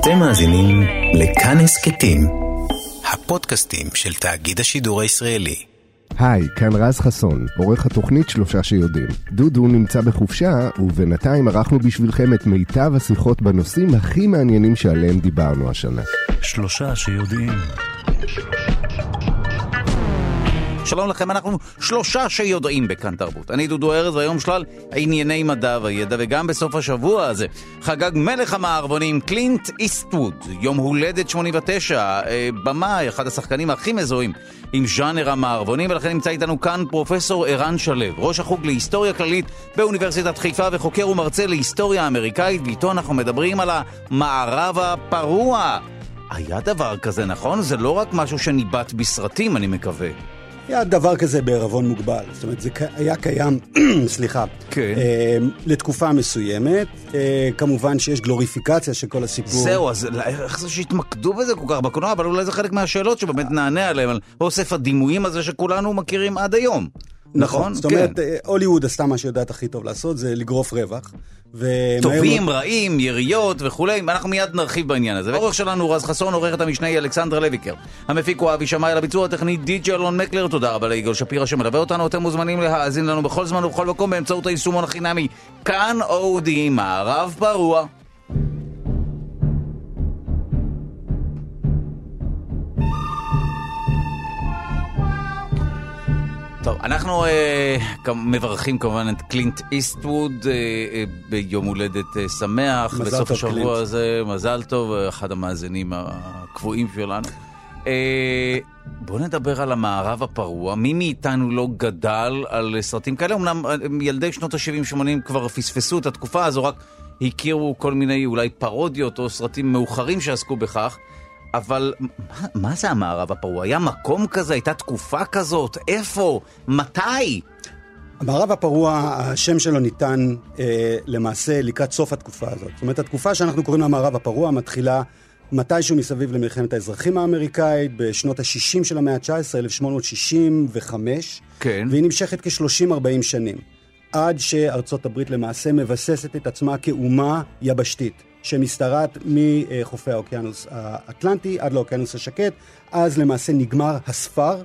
אתם מאזינים לכאן הסכתים, הפודקאסטים של תאגיד השידור הישראלי. היי, כאן רז חסון, עורך התוכנית 3 שיודעים. דודו נמצא בחופשה, ובינתיים ערכנו בשבילכם את מיטב השיחות בנושאים הכי מעניינים שעליהם דיברנו השנה. 3 שיודעים. שלום לכם, אנחנו 3 שיודעים בכאן תרבות. אני דודו ארז, והיום שלל ענייני מדע וידע, וגם בסוף השבוע הזה חגג מלך המערבונים קלינט איסטווד, יום הולדת 89, במאי, אחד השחקנים הכי מזוהים עם ז'אנר המערבונים, ולכן נמצא איתנו כאן פרופסור ערן שלו, ראש החוג להיסטוריה כללית באוניברסיטת חיפה, וחוקר ומרצה להיסטוריה האמריקאית, ואיתו אנחנו מדברים על המערב הפרוע. היה דבר כזה, נכון? זה לא רק משהו שניבט בסרטים, אני מקווה. היה דבר כזה בערבון מוגבל, זאת אומרת, זה היה קיים, סליחה, כן. לתקופה מסוימת, כמובן שיש גלוריפיקציה של כל הסיפור. זהו, אז איך זה שהתמקדו בזה כל כך בקולנוע, אבל אולי זה חלק מהשאלות שבאמת נענה עליהם, על אוסף הדימויים הזה שכולנו מכירים עד היום. נכון? זאת אומרת, הוליווד עשתה מה שיודעת הכי טוב לעשות, זה לגרוף רווח. טובים, רעים, יריות וכולי, אנחנו מיד נרחיב בעניין הזה. והעורך שלנו רז חסון, עורכת המשנה היא אלכסנדרה לויקר. המפיק הוא אבי שמאי, לביצוע הטכני די.ג'י אלון מקלר. תודה רבה ליגאל שפירא שמלווה אותנו. אתם מוזמנים להאזין לנו בכל זמן ובכל מקום באמצעות היישומון החינמי כאן אודי מערב פרוע. טוב, אנחנו מברכים כמובן את קלינט איסטווד ביום הולדת שמח, בסוף השבוע הזה, מזל טוב, אחד המאזינים הקבועים שלנו. בואו נדבר על המערב הפרוע. מי מאיתנו לא גדל על סרטים כאלה? אמנם ילדי שנות ה-70-80 כבר פספסו את התקופה הזו, רק הכירו כל מיני אולי פרודיות או סרטים מאוחרים שעסקו בכך. אבל מה זה המערב הפרוע? היה מקום כזה? הייתה תקופה כזאת? איפה? מתי? המערב הפרוע, השם שלו ניתן למעשה לקראת סוף התקופה הזאת. זאת אומרת, התקופה שאנחנו קוראים לה המערב הפרוע מתחילה מתישהו מסביב למלחמת האזרחים האמריקאית, בשנות ה-60 של המאה ה-19, 1865, כן. והיא נמשכת כ-30-40 שנים, עד שארצות הברית למעשה מבססת את עצמה כאומה יבשתית. שמסתרת מחופי האוקיינוס האטלנטי עד לאוקיינוס השקט, אז למעשה נגמר הספר,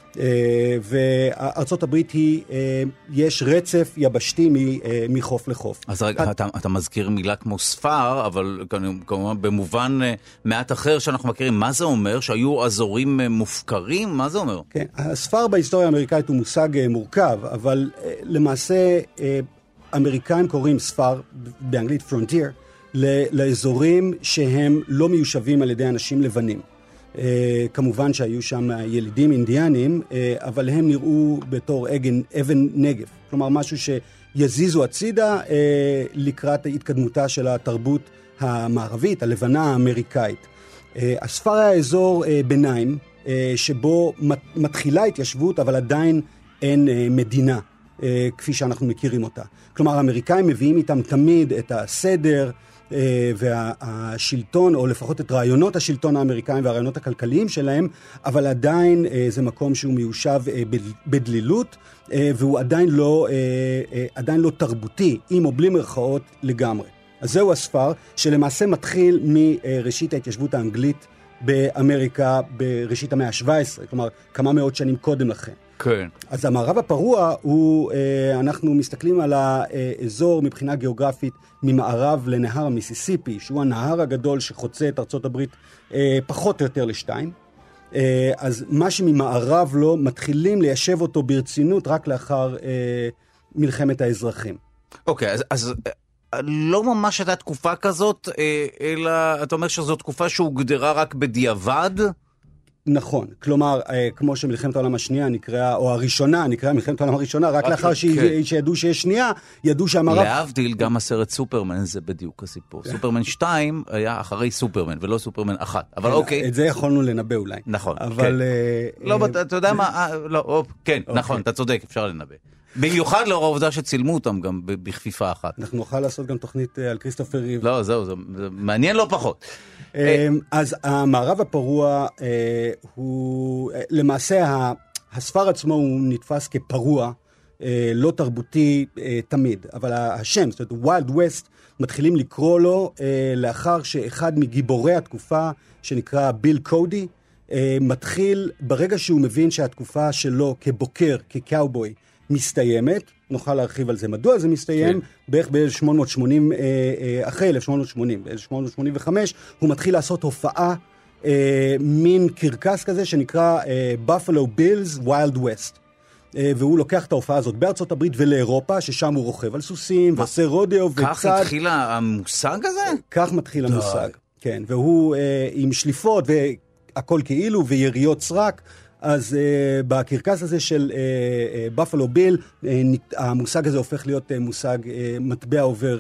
וארצות הברית היא, יש רצף יבשתי מחוף לחוף. אז רגע, אתה מזכיר מילה כמו ספר, אבל כמובן במובן מעט אחר שאנחנו מכירים, מה זה אומר? שהיו אזורים מופקרים? מה זה אומר? כן, הספר בהיסטוריה האמריקאית הוא מושג מורכב, אבל למעשה אמריקאים קוראים ספר, באנגלית frontier, לאזורים שהם לא מיושבים על ידי אנשים לבנים. כמובן שהיו שם ילידים אינדיאנים, אבל הם נראו בתור אבן נגף. כלומר, משהו שיזיזו הצידה לקראת התקדמותה של התרבות המערבית, הלבנה האמריקאית. הספר היה אזור ביניים, שבו מתחילה התיישבות, אבל עדיין אין מדינה, כפי שאנחנו מכירים אותה. כלומר, האמריקאים מביאים איתם תמיד את הסדר, והשלטון, או לפחות את רעיונות השלטון האמריקאים והרעיונות הכלכליים שלהם, אבל עדיין זה מקום שהוא מיושב בדלילות, והוא עדיין לא תרבותי, עם או בלי מרכאות לגמרי. אז זהו הספר שלמעשה מתחיל מראשית ההתיישבות האנגלית באמריקה בראשית המאה ה-17, כלומר כמה מאות שנים קודם לכן. כן. אז המערב הפרוע הוא, אנחנו מסתכלים על האזור מבחינה גיאוגרפית ממערב לנהר המיסיסיפי, שהוא הנהר הגדול שחוצה את ארצות הברית פחות או יותר לשתיים. אז מה שממערב לו מתחילים ליישב אותו ברצינות רק לאחר מלחמת האזרחים. אוקיי, אז לא ממש הייתה תקופה כזאת, אלא אתה אומר שזו תקופה שהוגדרה רק בדיעבד? נכון, כלומר, כמו שמלחמת העולם השנייה נקראה, או הראשונה נקראה מלחמת העולם הראשונה, רק לאחר שידעו שיש שנייה, ידעו שהמערב... להבדיל, גם הסרט סופרמן זה בדיוק הסיפור. סופרמן 2 היה אחרי סופרמן, ולא סופרמן 1. אבל אוקיי. את זה יכולנו לנבא אולי. נכון, אבל... לא, אתה יודע מה... כן, נכון, אתה צודק, אפשר לנבא. במיוחד לאור העובדה שצילמו אותם גם בכפיפה אחת. אנחנו נוכל לעשות גם תוכנית על כריסטופר ריב. לא, זהו, זה מעניין לא פחות. אז המערב הפרוע הוא, למעשה הספר עצמו הוא נתפס כפרוע, לא תרבותי תמיד, אבל השם, זאת אומרת, ווילד ווסט, מתחילים לקרוא לו לאחר שאחד מגיבורי התקופה, שנקרא ביל קודי, מתחיל, ברגע שהוא מבין שהתקופה שלו כבוקר, כקאובוי, מסתיימת, נוכל להרחיב על זה מדוע זה מסתיים, בערך ב-1880, אחרי 1880, ב-1885, הוא מתחיל לעשות הופעה, מין קרקס כזה שנקרא Buffalo Bills Wild West. והוא לוקח את ההופעה הזאת בארצות הברית ולאירופה, ששם הוא רוכב על סוסים, ועושה רודיו וצד. כך התחיל המושג הזה? כך מתחיל המושג, כן. והוא עם שליפות והכל כאילו, ויריות סרק, אז בקרקס הזה של בפלו ביל, המושג הזה הופך להיות מושג מטבע עובר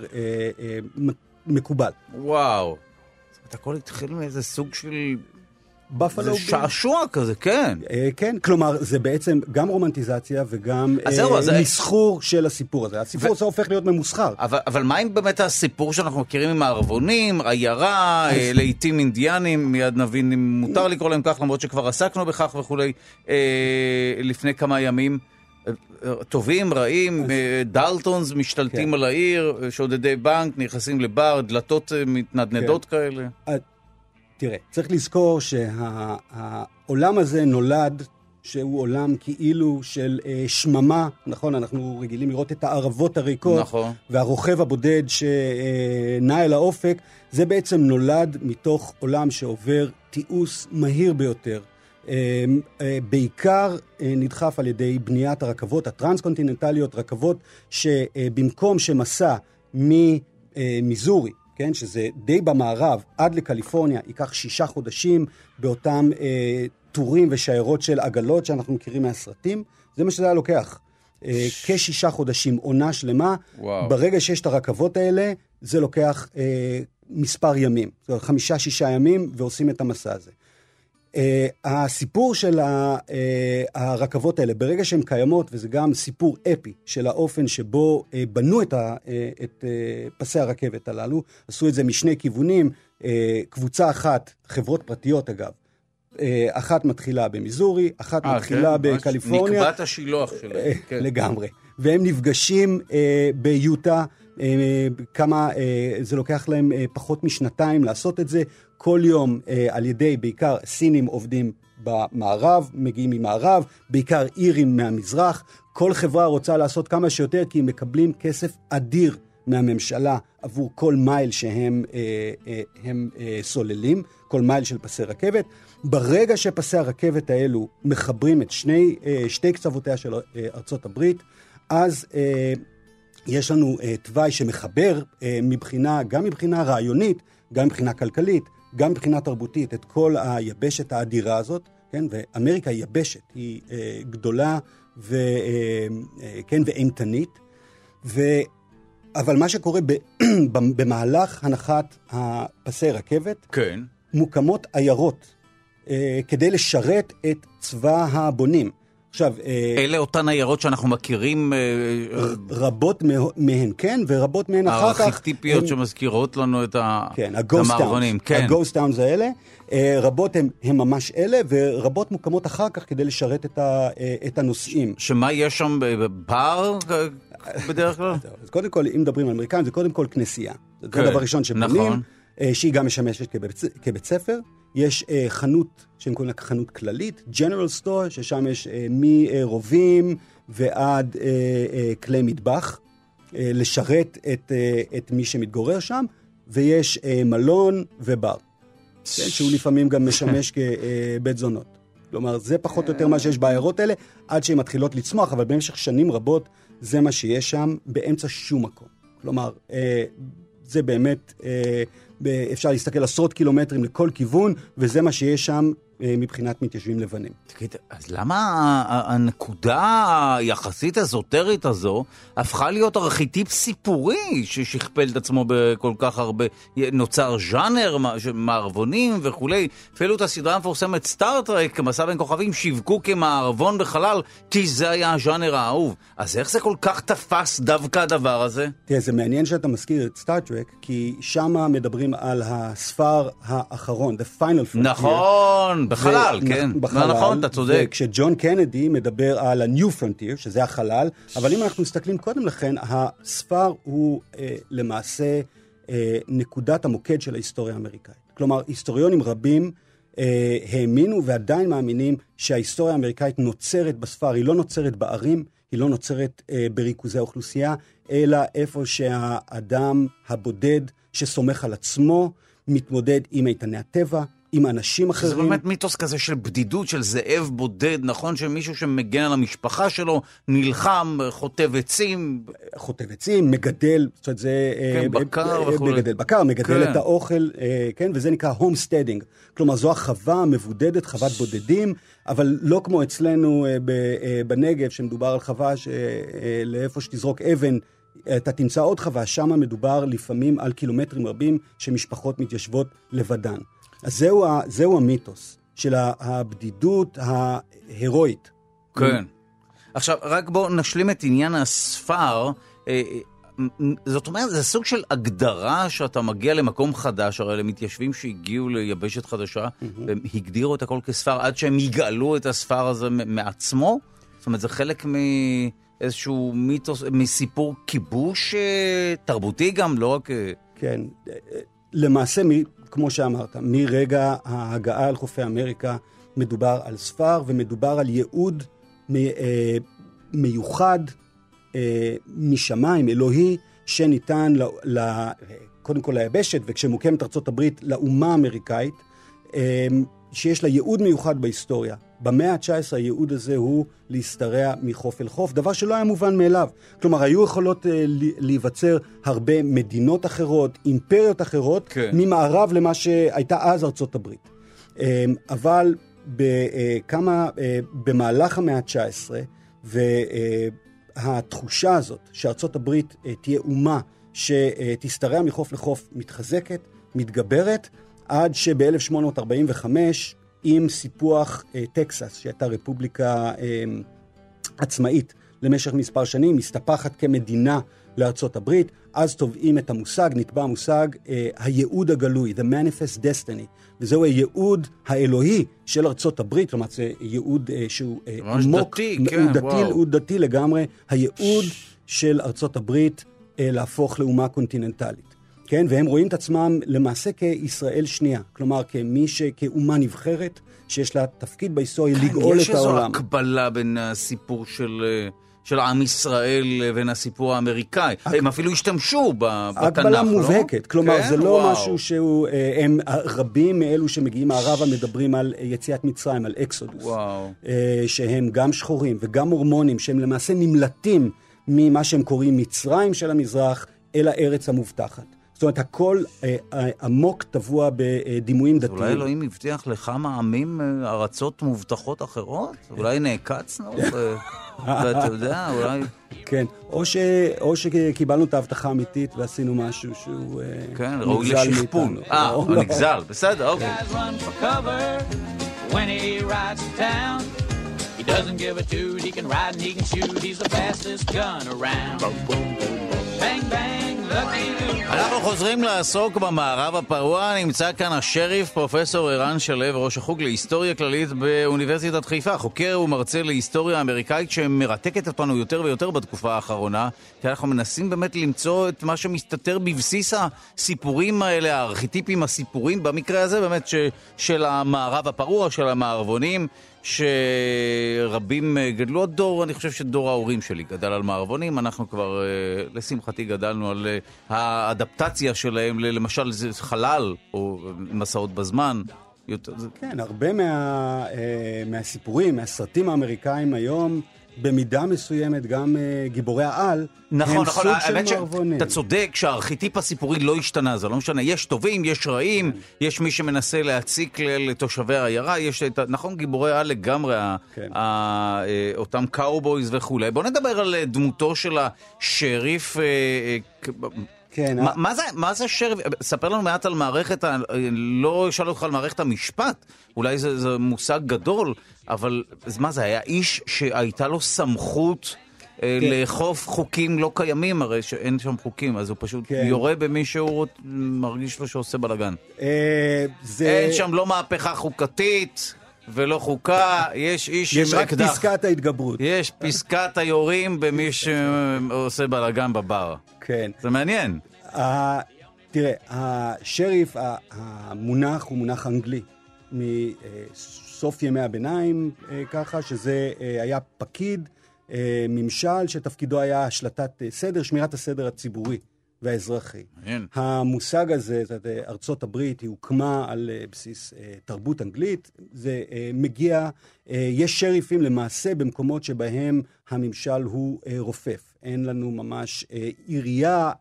מקובל. וואו. זאת הכל התחיל מאיזה סוג של... זה שעשוע כזה, כן. כן, כלומר, זה בעצם גם רומנטיזציה וגם מסחור של הסיפור הזה. הסיפור הזה הופך להיות ממוסחר. אבל מה אם באמת הסיפור שאנחנו מכירים עם הערבונים, עיירה, לעיתים אינדיאנים, מיד נבין אם מותר לקרוא להם כך, למרות שכבר עסקנו בכך וכולי, לפני כמה ימים, טובים, רעים, דלטונס משתלטים על העיר, שודדי בנק, נכנסים לבר, דלתות מתנדנדות כאלה. תראה, צריך לזכור שהעולם הזה נולד, שהוא עולם כאילו של שממה, נכון? אנחנו רגילים לראות את הערבות הריקות, נכון. והרוכב הבודד שנע אל האופק, זה בעצם נולד מתוך עולם שעובר תיעוש מהיר ביותר. בעיקר נדחף על ידי בניית הרכבות הטרנס-קונטיננטליות, רכבות שבמקום שמסע ממיזורי, כן, שזה די במערב, עד לקליפורניה, ייקח 6 חודשים באותם טורים ושיירות של עגלות שאנחנו מכירים מהסרטים. זה מה שזה היה לוקח. כ6 חודשים, עונה שלמה. וואו. ברגע שיש את הרכבות האלה, זה לוקח מספר ימים. 5-6 ימים, ועושים את המסע הזה. הסיפור של הרכבות האלה, ברגע שהן קיימות, וזה גם סיפור אפי של האופן שבו בנו את פסי הרכבת הללו, עשו את זה משני כיוונים, קבוצה אחת, חברות פרטיות אגב, אחת מתחילה במיזורי, אחת מתחילה בקליפורניה. נקבת השילוח שלהם. לגמרי. והם נפגשים ביוטה, זה לוקח להם פחות משנתיים לעשות את זה, כל יום על ידי בעיקר סינים עובדים במערב, מגיעים ממערב, בעיקר אירים מהמזרח, כל חברה רוצה לעשות כמה שיותר כי הם מקבלים כסף אדיר מהממשלה עבור כל מייל שהם סוללים, כל מייל של פסי רכבת. ברגע שפסי הרכבת האלו מחברים את שתי קצוותיה של ארצות הברית, אז יש לנו תוואי שמחבר גם מבחינה רעיונית, גם מבחינה כלכלית, גם מבחינה תרבותית, את כל היבשת האדירה הזאת, כן? ואמריקה היא יבשת, היא גדולה ואימתנית, אבל מה שקורה במהלך הנחת הפסי רכבת, כן. מוקמות עיירות, כדי לשרת את צבא הבונים. עכשיו, אלה אותן עיירות שאנחנו מכירים, רבות מהן כן, ורבות מהן אחר כך. הארכיטיפיות שמזכירות לנו את המערבונים. כן, הגוסט טאונס האלה, רבות הם ממש אלה, ורבות מוקמות אחר כך כדי לשרת את הנוסעים. שמה יש שם בר בדרך כלל? אז קודם כל, אם מדברים על אמריקאים, זה קודם כל כנסייה. זה הדבר הראשון שבונים, שהיא גם משמשת כבית ספר. יש חנות שהם קוראים לה חנות כללית, General Store, ששם יש מרובים ועד כלי מטבח, לשרת את מי שמתגורר שם, ויש מלון ובר, שהוא לפעמים גם משמש כבית זונות. כלומר, זה פחות או יותר מה שיש בעיירות האלה, עד שהן מתחילות לצמוח, אבל במשך שנים רבות זה מה שיש שם, באמצע שום מקום. כלומר, זה באמת, אפשר להסתכל 10 קילומטרים לכל כיוון, וזה מה שיש שם מבחינת מתיישבים לבנים. תגיד, אז למה הנקודה היחסית אזוטרית הזו הפכה להיות ארכיטיפ סיפורי ששכפל את עצמו בכל כך הרבה, נוצר ז'אנר, מערבונים וכולי, אפילו את הסדרה המפורסמת סטארטרק, מסע בין כוכבים, שיווקו כמערבון בחלל, כי זה היה הז'אנר האהוב. אז איך זה כל כך תפס דווקא הדבר הזה? תראה, זה מעניין שאתה מזכיר את סטארטרק, כי שם מדברים על הספר האחרון, The Final Frontier. נכון. כן, בחלל, כן. נכון, אתה צודק. וכשג'ון קנדי מדבר על ה-New Frontier, שזה החלל, אבל אם אנחנו מסתכלים קודם לכן, הספר הוא למעשה נקודת המוקד של ההיסטוריה האמריקאית. כלומר, היסטוריונים רבים האמינו ועדיין מאמינים שההיסטוריה האמריקאית נוצרת בספר, היא לא נוצרת בערים, היא לא נוצרת בריכוזי האוכלוסייה, אלא איפה שהאדם הבודד שסומך על עצמו, מתמודד עם איתני הטבע, עם אנשים אחרים. זה באמת מיתוס כזה של בדידות, של זאב בודד, נכון? שמישהו שמגן על המשפחה שלו, נלחם, חוטב עצים. חוטב עצים, מגדל, זאת אומרת, זה... כן, בקר וכו'. מגדל בקר, מגדל את האוכל, כן, וזה נקרא homesteading. כלומר, זו החווה המבודדת, חוות בודדים, אבל לא כמו אצלנו בנגב, שמדובר על חווה לאיפה שתזרוק אבן, אתה תמצא עוד חווה, שם מדובר לפעמים על קילומטרים רבים שמשפחות מתיישבות לבדן. אז זהו המיתוס של הבדידות ההירואית. כן. עכשיו, רק בואו נשלים את עניין הספר. זאת אומרת, זה סוג של הגדרה שאתה מגיע למקום חדש, הרי למתיישבים שהגיעו ליבשת חדשה, והם הגדירו את הכל כספר, עד שהם יגאלו את הספר הזה מעצמו. זאת אומרת, זה חלק מאיזשהו מיתוס, מסיפור כיבוש תרבותי גם, לא רק... כן, למעשה, כמו שאמרת, מרגע ההגעה על חופי אמריקה, מדובר על ספר ומדובר על ייעוד מיוחד משמיים, אלוהי, שניתן קודם כל ליבשת, וכשמוקמת ארצות הברית לאומה האמריקאית, שיש לה ייעוד מיוחד בהיסטוריה. במאה ה-19 הייעוד הזה הוא להשתרע מחוף אל חוף, דבר שלא היה מובן מאליו. כלומר, היו יכולות להיווצר הרבה מדינות אחרות, אימפריות אחרות, כן. ממערב למה שהייתה אז ארצות הברית. אבל במהלך המאה ה-19, והתחושה הזאת שארצות הברית תהיה אומה שתשתרע מחוף לחוף מתחזקת, מתגברת, עד שב-1845, עם סיפוח טקסס, שהייתה רפובליקה עצמאית למשך מספר שנים, מסתפחת כמדינה לארצות הברית, אז תובעים את המושג, נקבע המושג, הייעוד הגלוי, the manifest destiny, וזהו הייעוד האלוהי של ארצות הברית, כלומר זה ייעוד שהוא עמוק, הוא דתי לגמרי, הייעוד של ארצות הברית להפוך לאומה קונטיננטלית. כן, והם רואים את עצמם למעשה כישראל שנייה, כלומר כאומה נבחרת שיש לה תפקיד בהיסטוריה לגאול את העולם. יש איזו הקבלה בין הסיפור של עם ישראל לבין הסיפור האמריקאי. הם אפילו השתמשו בתנ"ך, לא? הקבלה מובהקת, כלומר זה לא משהו שהוא, הם רבים מאלו שמגיעים מערבה מדברים על יציאת מצרים, על אקסודוס, שהם גם שחורים וגם מורמונים, שהם למעשה נמלטים ממה שהם קוראים מצרים של המזרח אל הארץ המובטחת. זאת אומרת, הכל עמוק טבוע בדימויים דתיים. אולי אלוהים הבטיח לכמה עמים ארצות מובטחות אחרות? אולי נעקצנו? ואתה יודע, אולי... כן, או שקיבלנו את ההבטחה האמיתית ועשינו משהו שהוא כן, ראוי לשכפול. הוא נגזל, בסדר, אוקיי. He doesn't give a toot, he can ride and he can shoot, he's the fastest gun around. Bang bang, lucky Luke. אנחנו חוזרים לעסוק במערב הפרוע, נמצא כאן השריף פרופסור ערן שלו, ראש החוג להיסטוריה כללית באוניברסיטת חיפה, חוקר ומרצה להיסטוריה האמריקאית שמרתקת אותנו יותר ויותר בתקופה האחרונה, כי אנחנו מנסים באמת למצוא את מה שמסתתר בבסיס הסיפורים האלה, הארכיטיפים הסיפורים, במקרה הזה באמת של המערב הפרוע, של המערבונים, שרבים גדלו דור, אני חושב שדור ההורים שלי גדל על מערבונים, אנחנו כבר לשמחתי גדלנו על האדפטציה שלהם, למשל חלל או מסעות בזמן. כן, הרבה מהסיפורים, מהסרטים האמריקאים היום, במידה מסוימת גם גיבורי העל, נכון, הם נכון, סוג של מערבונים. אתה צודק שהארכיטיפ הסיפורי לא השתנה, זה לא משנה, יש טובים, יש רעים, יש מי שמנסה להציק לתושבי העיירה, יש, נכון, גיבורי העל לגמרי, אותם קאובויז וכו'. בוא נדבר על דמותו של השריף, כן, מה זה שריף? ספר לנו מעט על מערכת, לא אשאל אותך על מערכת המשפט, אולי זה מושג גדול, אבל מה זה היה? איש שהייתה לו סמכות לאכוף חוקים לא קיימים, הרי שאין שם חוקים, אז הוא פשוט יורה במי שהוא מרגיש לו שעושה בלגן. אין שם לא מהפכה חוקתית ולא חוקה, יש איש עם אקדח. יש רק פסקת ההתגברות. יש פסקת היורים במי שעושה בלגן בבר. כן. זה מעניין. תראה, השריף, המונח הוא מונח אנגלי, מסוף ימי הביניים ככה, שזה היה פקיד, ממשל שתפקידו היה השלטת סדר, שמירת הסדר הציבורי והאזרחי. המושג הזה, ארצות הברית, היא הוקמה על בסיס תרבות אנגלית, זה מגיע, יש שריפים למעשה במקומות שבהם הממשל הוא רופף. אין לנו ממש עירייה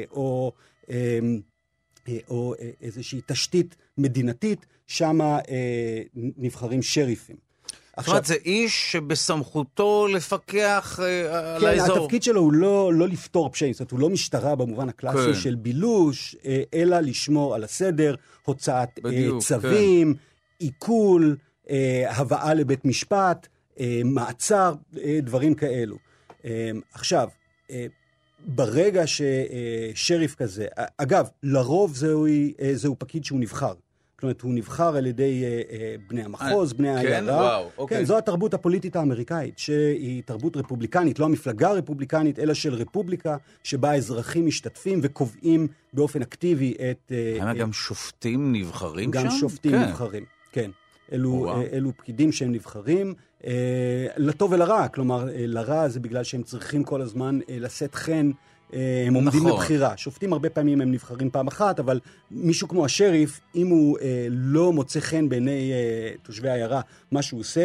או איזושהי תשתית מדינתית, שמה נבחרים שריפים. זאת אומרת, זה איש שבסמכותו לפקח על האזור. כן, התפקיד שלו הוא לא לפתור פשעים, זאת אומרת, הוא לא משטרה במובן הקלאסי של בילוש, אלא לשמור על הסדר, הוצאת צווים, עיכול, הבאה לבית משפט, מעצר, דברים כאלו. עכשיו, ברגע ששריף כזה, אגב, לרוב זהו פקיד שהוא נבחר. זאת אומרת, הוא נבחר על ידי בני המחוז, בני העיירה. כן, זו התרבות הפוליטית האמריקאית, שהיא תרבות רפובליקנית, לא המפלגה הרפובליקנית, אלא של רפובליקה, שבה האזרחים משתתפים וקובעים באופן אקטיבי את... גם שופטים נבחרים שם? גם שופטים נבחרים, כן. אלו פקידים שהם נבחרים, לטוב ולרע, כלומר, לרע זה בגלל שהם צריכים כל הזמן לשאת חן, הם עומדים לבחירה. שופטים הרבה פעמים הם נבחרים פעם אחת, אבל מישהו כמו השריף, אם הוא לא מוצא חן בעיני תושבי העיירה, מה שהוא עושה,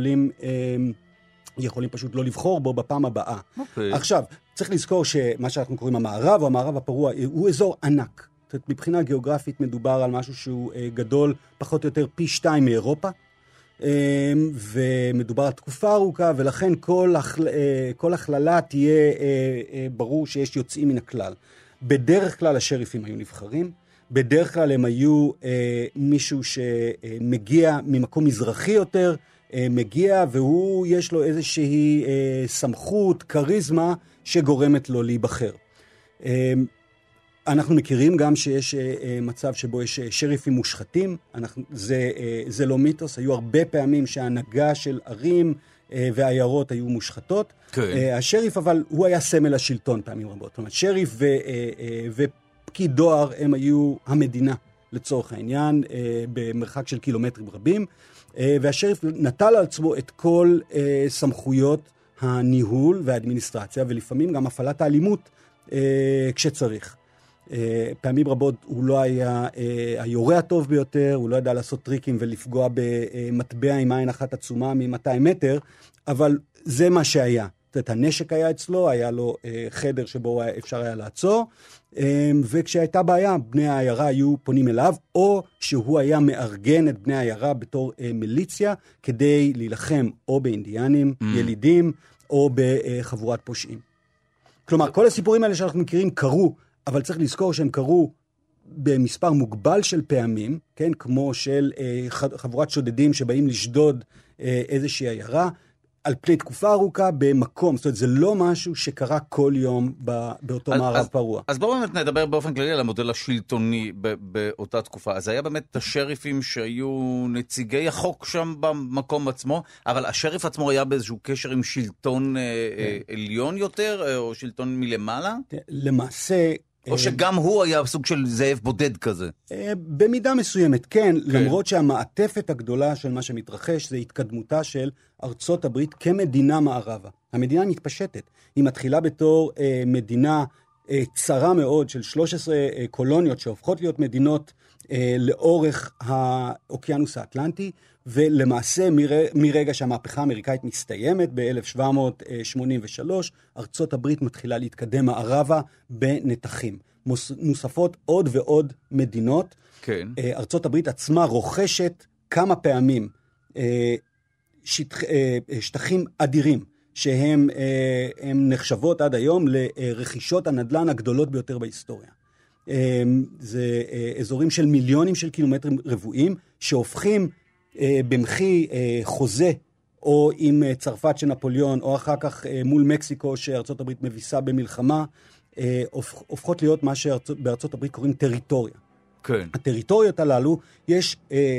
יכולים פשוט לא לבחור בו בפעם הבאה. עכשיו, צריך לזכור שמה שאנחנו קוראים המערב, או המערב הפרוע, הוא אזור ענק. מבחינה גיאוגרפית מדובר על משהו שהוא גדול, פחות או יותר פי 2 מאירופה, ומדובר על תקופה ארוכה, ולכן כל הכללה תהיה ברור שיש יוצאים מן הכלל. בדרך כלל השריפים היו נבחרים, בדרך כלל הם היו מישהו שמגיע ממקום מזרחי יותר, מגיע והוא יש לו איזושהי סמכות, קריזמה, שגורמת לו להיבחר. אנחנו מכירים גם שיש מצב שבו יש שריפים מושחתים, זה לא מיתוס, היו הרבה פעמים שההנהגה של ערים והעיירות היו מושחתות. כן. השריף אבל הוא היה סמל השלטון פעמים רבות, זאת אומרת שריף ופקיד דואר הם היו המדינה לצורך העניין, במרחק של קילומטרים רבים, והשריף נטל על עצמו את כל סמכויות הניהול והאדמיניסטרציה, ולפעמים גם הפעלת האלימות כשצריך. פעמים רבות הוא לא היה היורה הטוב ביותר, הוא לא ידע לעשות טריקים ולפגוע במטבע עם עין אחת עצומה מ-200 מטר, אבל זה מה שהיה. זאת אומרת, הנשק היה אצלו, היה לו חדר שבו אפשר היה לעצור, וכשהייתה בעיה, בני העיירה היו פונים אליו, או שהוא היה מארגן את בני העיירה בתור מיליציה, כדי להילחם או באינדיאנים, ילידים, או בחבורת פושעים. כלומר, כל הסיפורים האלה שאנחנו מכירים קרו, אבל צריך לזכור שהם קרו במספר מוגבל של פעמים, כן? כמו של חבורת שודדים שבאים לשדוד איזושהי עיירה, על פני תקופה ארוכה במקום. זאת אומרת, זה לא משהו שקרה כל יום באותו מערב פרוע. אז בואו באמת נדבר באופן כללי על המודל השלטוני באותה תקופה. אז היה באמת השריפים שהיו נציגי החוק שם במקום עצמו, אבל השריף עצמו היה באיזשהו קשר עם שלטון עליון יותר, או שלטון מלמעלה? למעשה... או שגם הוא היה סוג של זאב בודד כזה? במידה מסוימת, כן. למרות שהמעטפת הגדולה של מה שמתרחש זה התקדמותה של ארצות הברית כמדינה מערבה. המדינה מתפשטת. היא מתחילה בתור מדינה צרה מאוד של 13 קולוניות שהופכות להיות מדינות לאורך האוקיינוס האטלנטי, ולמעשה מרגע שהמהפכה האמריקאית מסתיימת ב-1783, ארצות הברית מתחילה להתקדם מערבה בנתחים. נוספות עוד ועוד מדינות. כן. ארצות הברית עצמה רוכשת כמה פעמים שטחים אדירים, שהם נחשבות עד היום לרכישות הנדל"ן הגדולות ביותר בהיסטוריה. זה אזורים של מיליונים של קילומטרים רבועים, שהופכים במחי חוזה או עם צרפת של נפוליאון, או אחר כך מול מקסיקו שארצות הברית מביסה במלחמה, הופכות להיות מה שבארצות הברית קוראים טריטוריה. כן. הטריטוריות הללו יש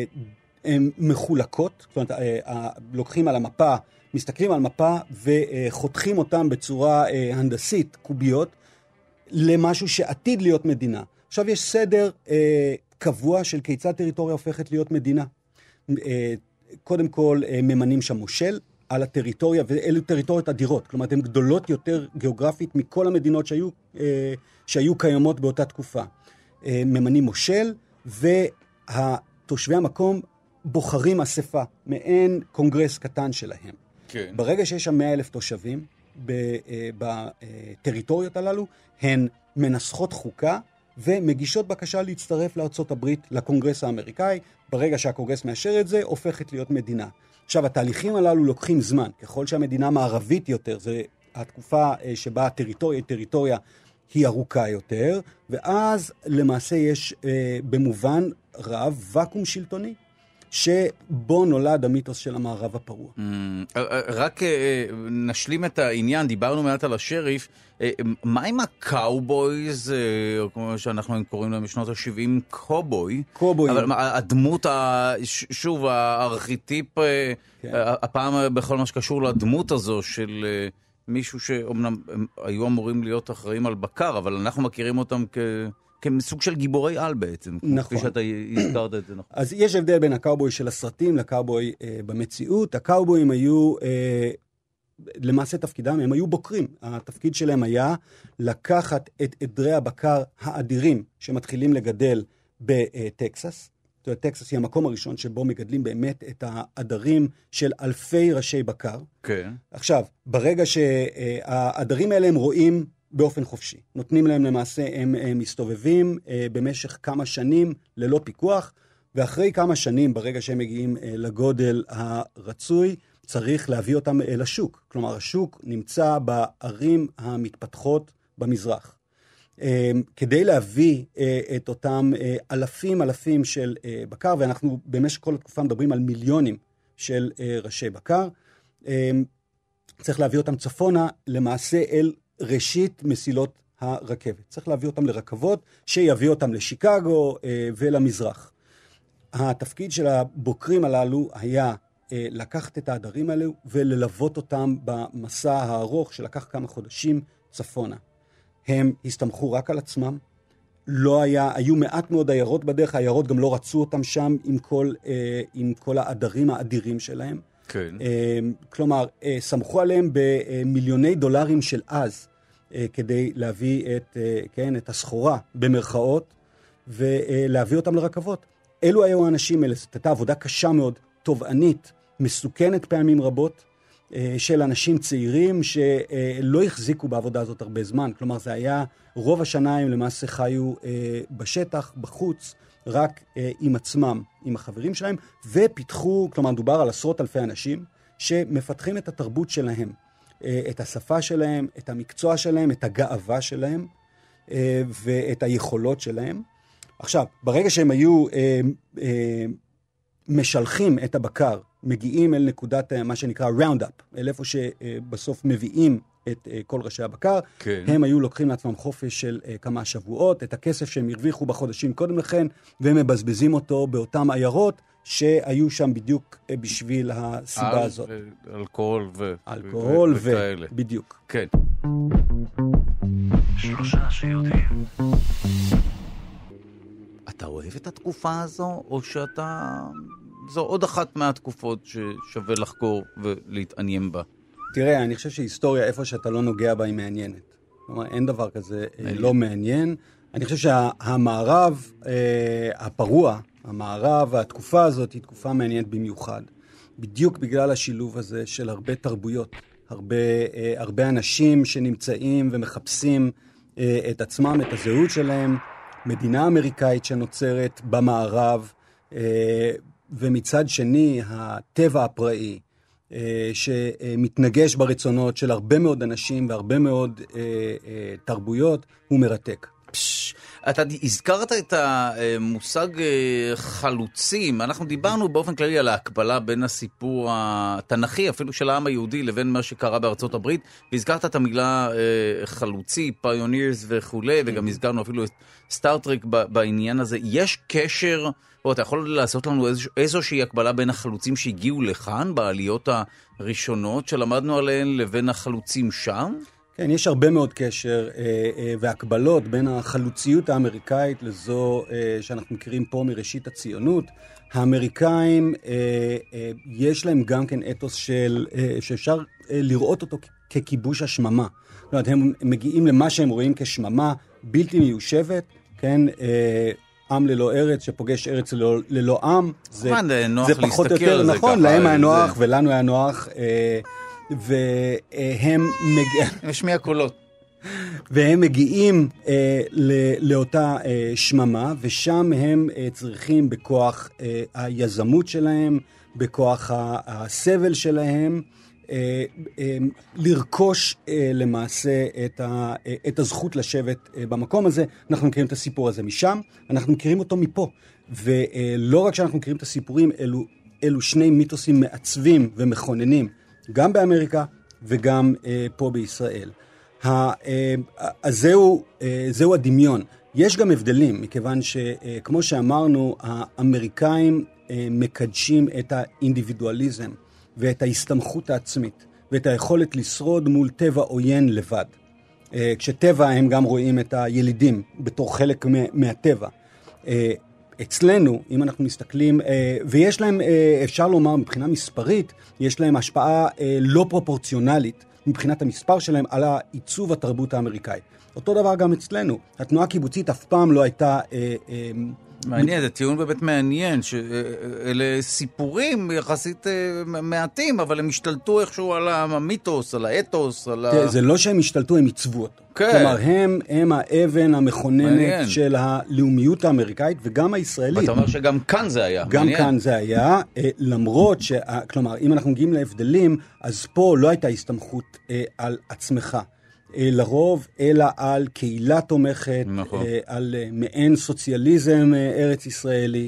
מחולקות, זאת אומרת, לוקחים על המפה, מסתכלים על מפה וחותכים אותם בצורה הנדסית, קוביות, למשהו שעתיד להיות מדינה. עכשיו יש סדר קבוע של כיצד טריטוריה הופכת להיות מדינה. קודם כל ממנים שם מושל על הטריטוריה, ואלו טריטוריות אדירות, כלומר הן גדולות יותר גיאוגרפית מכל המדינות שהיו קיימות באותה תקופה. ממנים מושל, והתושבי המקום בוחרים אספה, מעין קונגרס קטן שלהם. כן. ברגע שיש שם 100,000 תושבים בטריטוריות הללו, הן מנסחות חוקה ומגישות בקשה להצטרף לארצות הברית, לקונגרס האמריקאי. ברגע שהקונגרס מאשר את זה, הופכת להיות מדינה. עכשיו, התהליכים הללו לוקחים זמן. ככל שהמדינה מערבית יותר, זה התקופה שבה הטריטוריה היא ארוכה יותר, ואז למעשה יש במובן רב וקום שלטוני, שבו נולד המיתוס של המערב הפרוע. רק נשלים את העניין, דיברנו מעט על השריף, מה עם הקאובויז, או כמו שאנחנו קוראים להם בשנות ה-70, קובוי? קובוי. אבל הדמות, שוב, הארכיטיפ, הפעם בכל מה שקשור לדמות הזו של מישהו שאומנם היו אמורים להיות אחראים על בקר, אבל אנחנו מכירים אותם כסוג של גיבורי על בעצם. נכון. כפי שאתה הזכרת את זה, נכון. אז יש הבדל בין הקאובוי של הסרטים לקאובוי במציאות. הקאובויים היו, למעשה תפקידם, הם היו בוקרים. התפקיד שלהם היה לקחת את עדרי הבקר האדירים שמתחילים לגדל בטקסס. טקסס היא המקום הראשון שבו מגדלים באמת את העדרים של אלפי ראשי בקר. כן. עכשיו, ברגע שהעדרים האלה הם רואים באופן חופשי. נותנים להם למעשה, הם מסתובבים במשך כמה שנים ללא פיקוח, ואחרי כמה שנים, ברגע שהם מגיעים לגודל הרצוי, צריך להביא אותם לשוק. כלומר, השוק נמצא בערים המתפתחות במזרח. כדי להביא את אותם אלפים של בקר, ואנחנו במשך כל התקופה מדברים על מיליונים של ראשי בקר, צריך להביא אותם צפונה למעשה אל ראשית מסילות הרכבת. צריך להביא אותם לרכבות שיביא אותם לשיקגו ולמזרח. התפקיד של הבוקרים הללו היה לקחת את העדרים האלו וללוות אותם במסע הארוך שלקח כמה חודשים צפונה. הם הסתמכו רק על עצמם, היו מעט מאוד עיירות בדרך, העיירות גם לא רצו אותם שם עם כל העדרים האדירים שלהם. כן. כלומר, סמכו עליהם במיליוני דולרים של אז, כדי להביא את הסחורה במרכאות, ולהביא אותם לרכבות. אלו היו האנשים האלה, זאת הייתה עבודה קשה מאוד, תובענית, מסוכנת פעמים רבות, של אנשים צעירים שלא החזיקו בעבודה הזאת הרבה זמן. כלומר, זה היה רוב השנה הם למעשה חיו בשטח, בחוץ, רק עם עצמם, עם החברים שלהם, ופיתחו, כלומר, מדובר על עשרות אלפי אנשים שמפתחים את התרבות שלהם, את השפה שלהם, את המקצוע שלהם, את הגאווה שלהם, ואת היכולות שלהם. עכשיו, ברגע שהם היו משלחים את הבקר, מגיעים אל נקודת מה שנקרא ראונד-אפ, אל איפה שבסוף מביאים את כל ראשי הבקר, כן. הם היו לוקחים לעצמם חופש של כמה שבועות, את הכסף שהם הרוויחו בחודשים קודם לכן, והם מבזבזים אותו באותם עיירות שהיו שם בדיוק בשביל הסיבה הזאת. אלכוהול וכאלה. בדיוק. כן. שלושה שיודעים. אתה אוהב את התקופה הזו, או שאתה... זו עוד אחת מהתקופות ששווה לחקור ולהתעניין בה? תראה, אני חושב שהיסטוריה, איפה שאתה לא נוגע בה, היא מעניינת. כלומר, אין דבר כזה לא מעניין. אני חושב שהמערב הפרוע, המערב והתקופה הזאת היא תקופה מעניינת במיוחד. בדיוק בגלל השילוב הזה של הרבה תרבויות, הרבה אנשים שנמצאים ומחפשים את עצמם, את הזהות שלהם, מדינה אמריקאית שנוצרת במערב, ומצד שני הטבע הפראי, שמתנגש ברצונות של הרבה מאוד אנשים והרבה מאוד תרבויות, הוא מרתק. אתה הזכרת את המושג חלוצים. אנחנו דיברנו באופן כללי על ההקבלה בין הסיפור התנ"כי, אפילו של העם היהודי, לבין מה שקרה בארצות הברית, והזכרת את המילה חלוצי, pioneers וכו', וגם הזכרנו אפילו את סטארטרק בעניין הזה. יש קשר, או אתה יכול לעשות לנו איזושהי הקבלה בין החלוצים שהגיעו לכאן, בעליות הראשונות שלמדנו עליהן, לבין החלוצים שם? כן, יש הרבה מאוד קשר והקבלות בין החלוציות האמריקאית לזו שאנחנו מכירים פה מראשית הציונות. האמריקאים, יש להם גם כן אתוס שאפשר לראות אותו ככיבוש השממה. זאת אומרת, הם מגיעים למה שהם רואים כשממה בלתי מיושבת, כן, עם ללא ארץ, שפוגש ארץ ללא עם. זה פחות או יותר נכון, להם היה נוח ולנו היה נוח. והם משמיע קולות. והם מגיעים לאותה שממה, ושם הם צריכים בכוח היזמות שלהם, בכוח הסבל שלהם, לרכוש למעשה את הזכות לשבת במקום הזה. אנחנו מכירים את הסיפור הזה משם, אנחנו מכירים אותו מפה. ולא רק שאנחנו מכירים את הסיפורים, אלו שני מיתוסים מעצבים ומכוננים, גם באמריקה וגם פה בישראל. אז זהו הדמיון. יש גם הבדלים, מכיוון שכמו שאמרנו, האמריקאים מקדשים את האינדיבידואליזם ואת ההסתמכות העצמית ואת היכולת לשרוד מול טבע עוין לבד. כשטבע הם גם רואים את הילידים בתור חלק מהטבע. אצלנו, אם אנחנו מסתכלים, ויש להם, אפשר לומר מבחינה מספרית, יש להם השפעה לא פרופורציונלית מבחינת המספר שלהם על העיצוב התרבות האמריקאית. אותו דבר גם אצלנו. התנועה הקיבוצית אף פעם לא הייתה... מעניין, זה טיעון באמת מעניין, שאלה סיפורים יחסית מעטים, אבל הם השתלטו איכשהו על המיתוס, על האתוס, על ה... זה לא שהם השתלטו, הם עיצבו אותו. כן. כלומר, הם האבן המכוננת של הלאומיות האמריקאית, וגם הישראלית. ואתה אומר שגם כאן זה היה. גם מעניין. כאן זה היה, למרות כלומר, אם אנחנו מגיעים להבדלים, אז פה לא הייתה הסתמכות על עצמך. לרוב, אלא על קהילה תומכת, נכון. על מעין סוציאליזם ארץ ישראלי,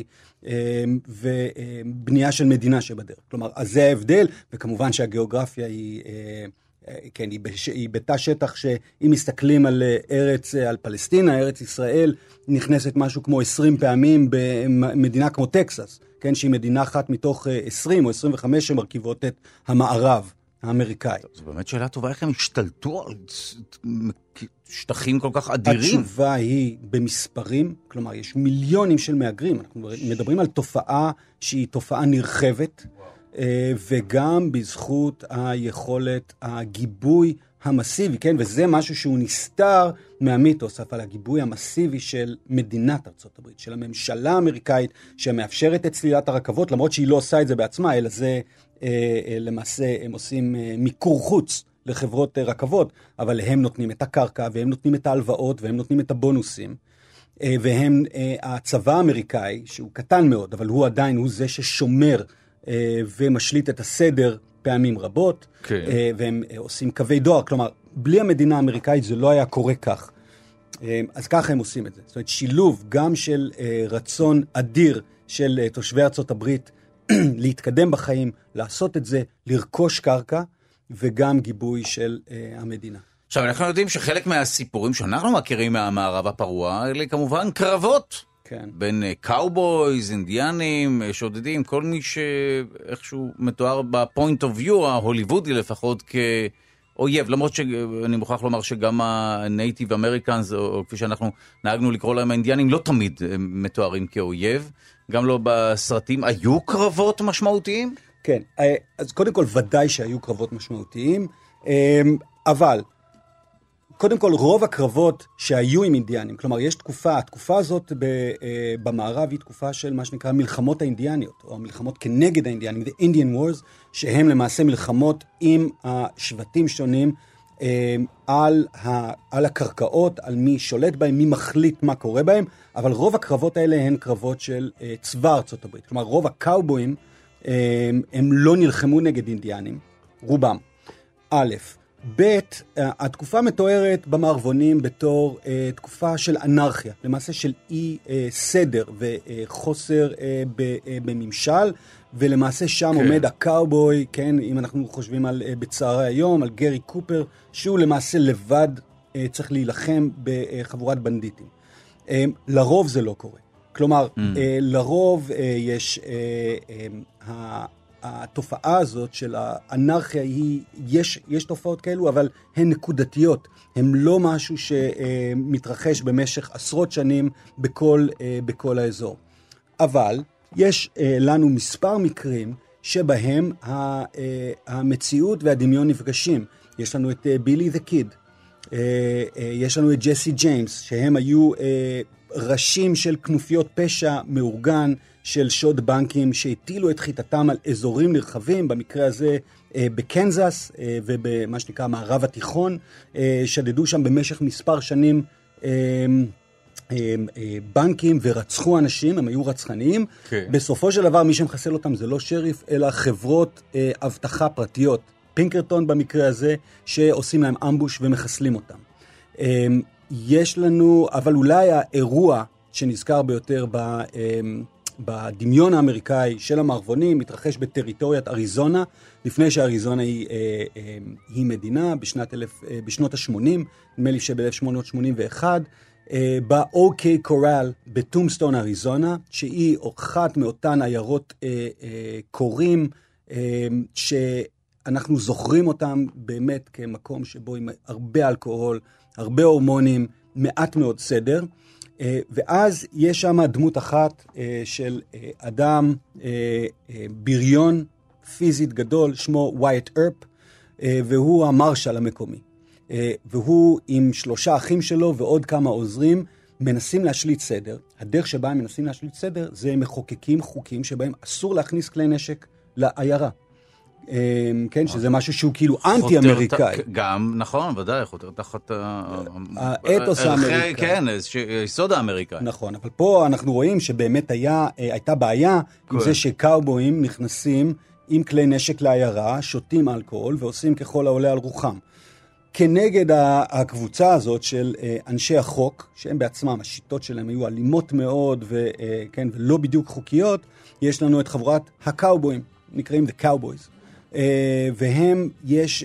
ובנייה של מדינה שבדרך. כלומר, אז זה ההבדל, וכמובן שהגיאוגרפיה היא, כן, היא בתא שטח שאם מסתכלים על ארץ, על פלסטינה, ארץ ישראל, נכנסת משהו כמו 20 פעמים במדינה כמו טקסס, כן, שהיא מדינה אחת מתוך 20 או 25 שמרכיבות את המערב. האמריקאי. זו באמת שאלה טובה, איך הם השתלטו על שטחים כל כך אדירים? התשובה היא במספרים, כלומר יש מיליונים של מהגרים, אנחנו מדברים על תופעה שהיא תופעה נרחבת, וגם בזכות היכולת, הגיבוי המסיבי, כן? וזה משהו שהוא נסתר מהמיתוס, אבל הגיבוי המסיבי של מדינת ארצות הברית, של הממשלה האמריקאית, שמאפשרת את סלילת הרכבות, למרות שהיא לא עושה את זה בעצמה, אלא זה למעשה הם עושים מיקור חוץ לחברות רכבות, אבל הם נותנים את הקרקע, והם נותנים את ההלוואות, והם נותנים את הבונוסים, והם, הצבא האמריקאי, שהוא קטן מאוד, אבל הוא עדיין, הוא זה ששומר ומשליט את הסדר פעמים רבות, כן. והם עושים קווי דואר, כלומר, בלי המדינה האמריקאית זה לא היה קורה כך. אז ככה הם עושים את זה. זאת אומרת, שילוב גם של רצון אדיר של תושבי ארצות הברית, להתקדם בחיים, לעשות את זה, לרכוש קרקע, וגם גיבוי של המדינה. עכשיו, אנחנו יודעים שחלק מהסיפורים שאנחנו מכירים מהמערב הפרוע, אלה כמובן קרבות. כן. בין קאובויז, אינדיאנים, שודדים, כל מי שאיכשהו מתואר בפוינט אוף ויו, ההוליוודי לפחות, כאויב. למרות שאני מוכרח לומר שגם הנייטיב אמריקאנס, או כפי שאנחנו נהגנו לקרוא להם האינדיאנים, לא תמיד מתוארים כאויב. גם לא בסרטים. היו קרבות משמעותיים? כן, אז קודם כל ודאי שהיו קרבות משמעותיים, אבל קודם כל רוב הקרבות שהיו עם אינדיאנים, כלומר יש התקופה הזאת במערב היא תקופה של מה שנקרא מלחמות האינדיאניות, או מלחמות כנגד האינדיאנים, the Indian Wars, שהם למעשה מלחמות עם השבטים שונים, על הקרקעות, על מי שולט בהם, מי מחליט מה קורה בהם, אבל רוב הקרבות האלה הן קרבות של צבא ארצות הברית. כלומר, רוב הקאובויים הם לא נלחמו נגד אינדיאנים, רובם. א', ב', התקופה מתוארת במערבונים בתור תקופה של אנרכיה, למעשה של אי סדר וחוסר בממשל, ולמעשה שם עומד הקאובוי, כן, אם אנחנו חושבים על בצערי היום, על גרי קופר, שהוא למעשה לבד צריך להילחם בחבורת בנדיטים. לרוב זה לא קורה. כלומר, לרוב יש התופעה הזאת של האנרכיה, יש תופעות כאלו, אבל הן נקודתיות. הן לא משהו שמתרחש במשך עשרות שנים בכל האזור. אבל יש לנו מספר מקרים שבהם המציאות והדמיון נפגשים. יש לנו את בילי דה קיד, יש לנו את ג'סי ג'יימס, שהם היו ראשים של כנופיות פשע מאורגן, של שוד בנקים שהטילו את חיטתם על אזורים נרחבים, במקרה הזה בקנזס ובמה שנקרא מערב התיכון, שדדו שם במשך מספר שנים בנקים ורצחו אנשים, הם היו רצחניים. בסופו של דבר מי שמחסל אותם זה לא שריף, אלא חברות אבטחה פרטיות, פינקרטון במקרה הזה, שעושים להם אמבוש ומחסלים אותם. יש לנו, אבל אולי האירוע שנזכר ביותר בדמיון האמריקאי של המערבונים, מתרחש בטריטוריית אריזונה, לפני שאריזונה היא מדינה, בשנות ה-80, נדמה לי שב-1881, באוקיי קורל בטומסטון אריזונה, שהיא אחת מאותן עיירות קורים, שאנחנו זוכרים אותם באמת כמקום שבו עם הרבה אלכוהול, הרבה הורמונים, מעט מאוד סדר, ואז יש שם דמות אחת של אדם בריון פיזית גדול, שמו ווייט ארפ, והוא המרשל המקומי. והוא עם 3 אחים שלו ועוד כמה עוזרים מנסים להשליט סדר. הדרך שבה הם מנסים להשליט סדר זה מחוקקים חוקים שבהם אסור להכניס כלי נשק לעיירה. כן, שזה משהו שהוא כאילו אנטי-אמריקאי. גם, נכון, ודאי, חותר תחת האתוס האמריקאי. כן, יסוד האמריקאי. נכון, אבל פה אנחנו רואים שבאמת הייתה בעיה עם זה שקאובויים נכנסים עם כלי נשק לעיירה, שותים אלכוהול ועושים ככל העולה על רוחם. כנגד הקבוצה הזאת של אנשי החוק, שהם בעצמם, השיטות שלהם היו אלימות מאוד ולא בדיוק חוקיות, יש לנו את חבורת הקאובויים, נקראים The Cowboys. והם, יש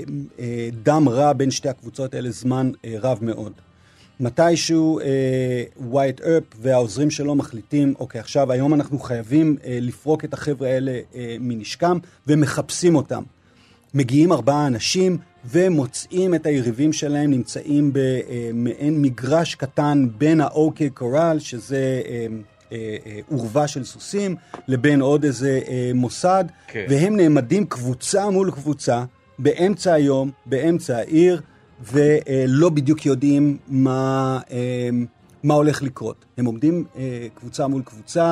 דם רע בין שתי הקבוצות האלה זמן רב מאוד. מתישהו ווייט ארפ והעוזרים שלו מחליטים, אוקיי, עכשיו היום אנחנו חייבים לפרוק את החבר'ה האלה מנשקם, ומחפשים אותם. מגיעים 4 אנשים ומוצאים את היריבים שלהם, נמצאים במעין מגרש קטן בין האוקיי קורל, שזה עורבה של סוסים, לבין עוד איזה מוסד, והם נעמדים קבוצה מול קבוצה, באמצע היום, באמצע העיר, ולא בדיוק יודעים מה הולך לקרות. הם עומדים קבוצה מול קבוצה,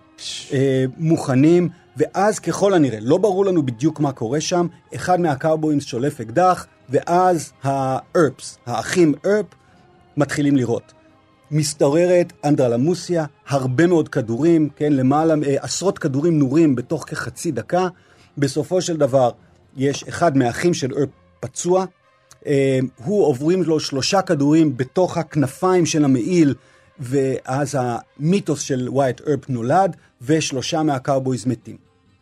מוכנים, ואז ככל הנראה, לא ברור לנו בדיוק מה קורה שם, אחד מהקאובויים שולף אקדח, ואז הארפס, האחים ארפ, מתחילים לירות. מסתוררת אנדרלמוסיה, הרבה מאוד כדורים, כן, למעלה, עשרות כדורים נורים בתוך כחצי דקה. בסופו של דבר, יש אחד מהאחים של ארפ פצוע, הוא עוברים לו 3 כדורים בתוך הכנפיים של המעיל, ואז המיתוס של ווייט ארפ נולד, ו3 מהקאובויז מתים.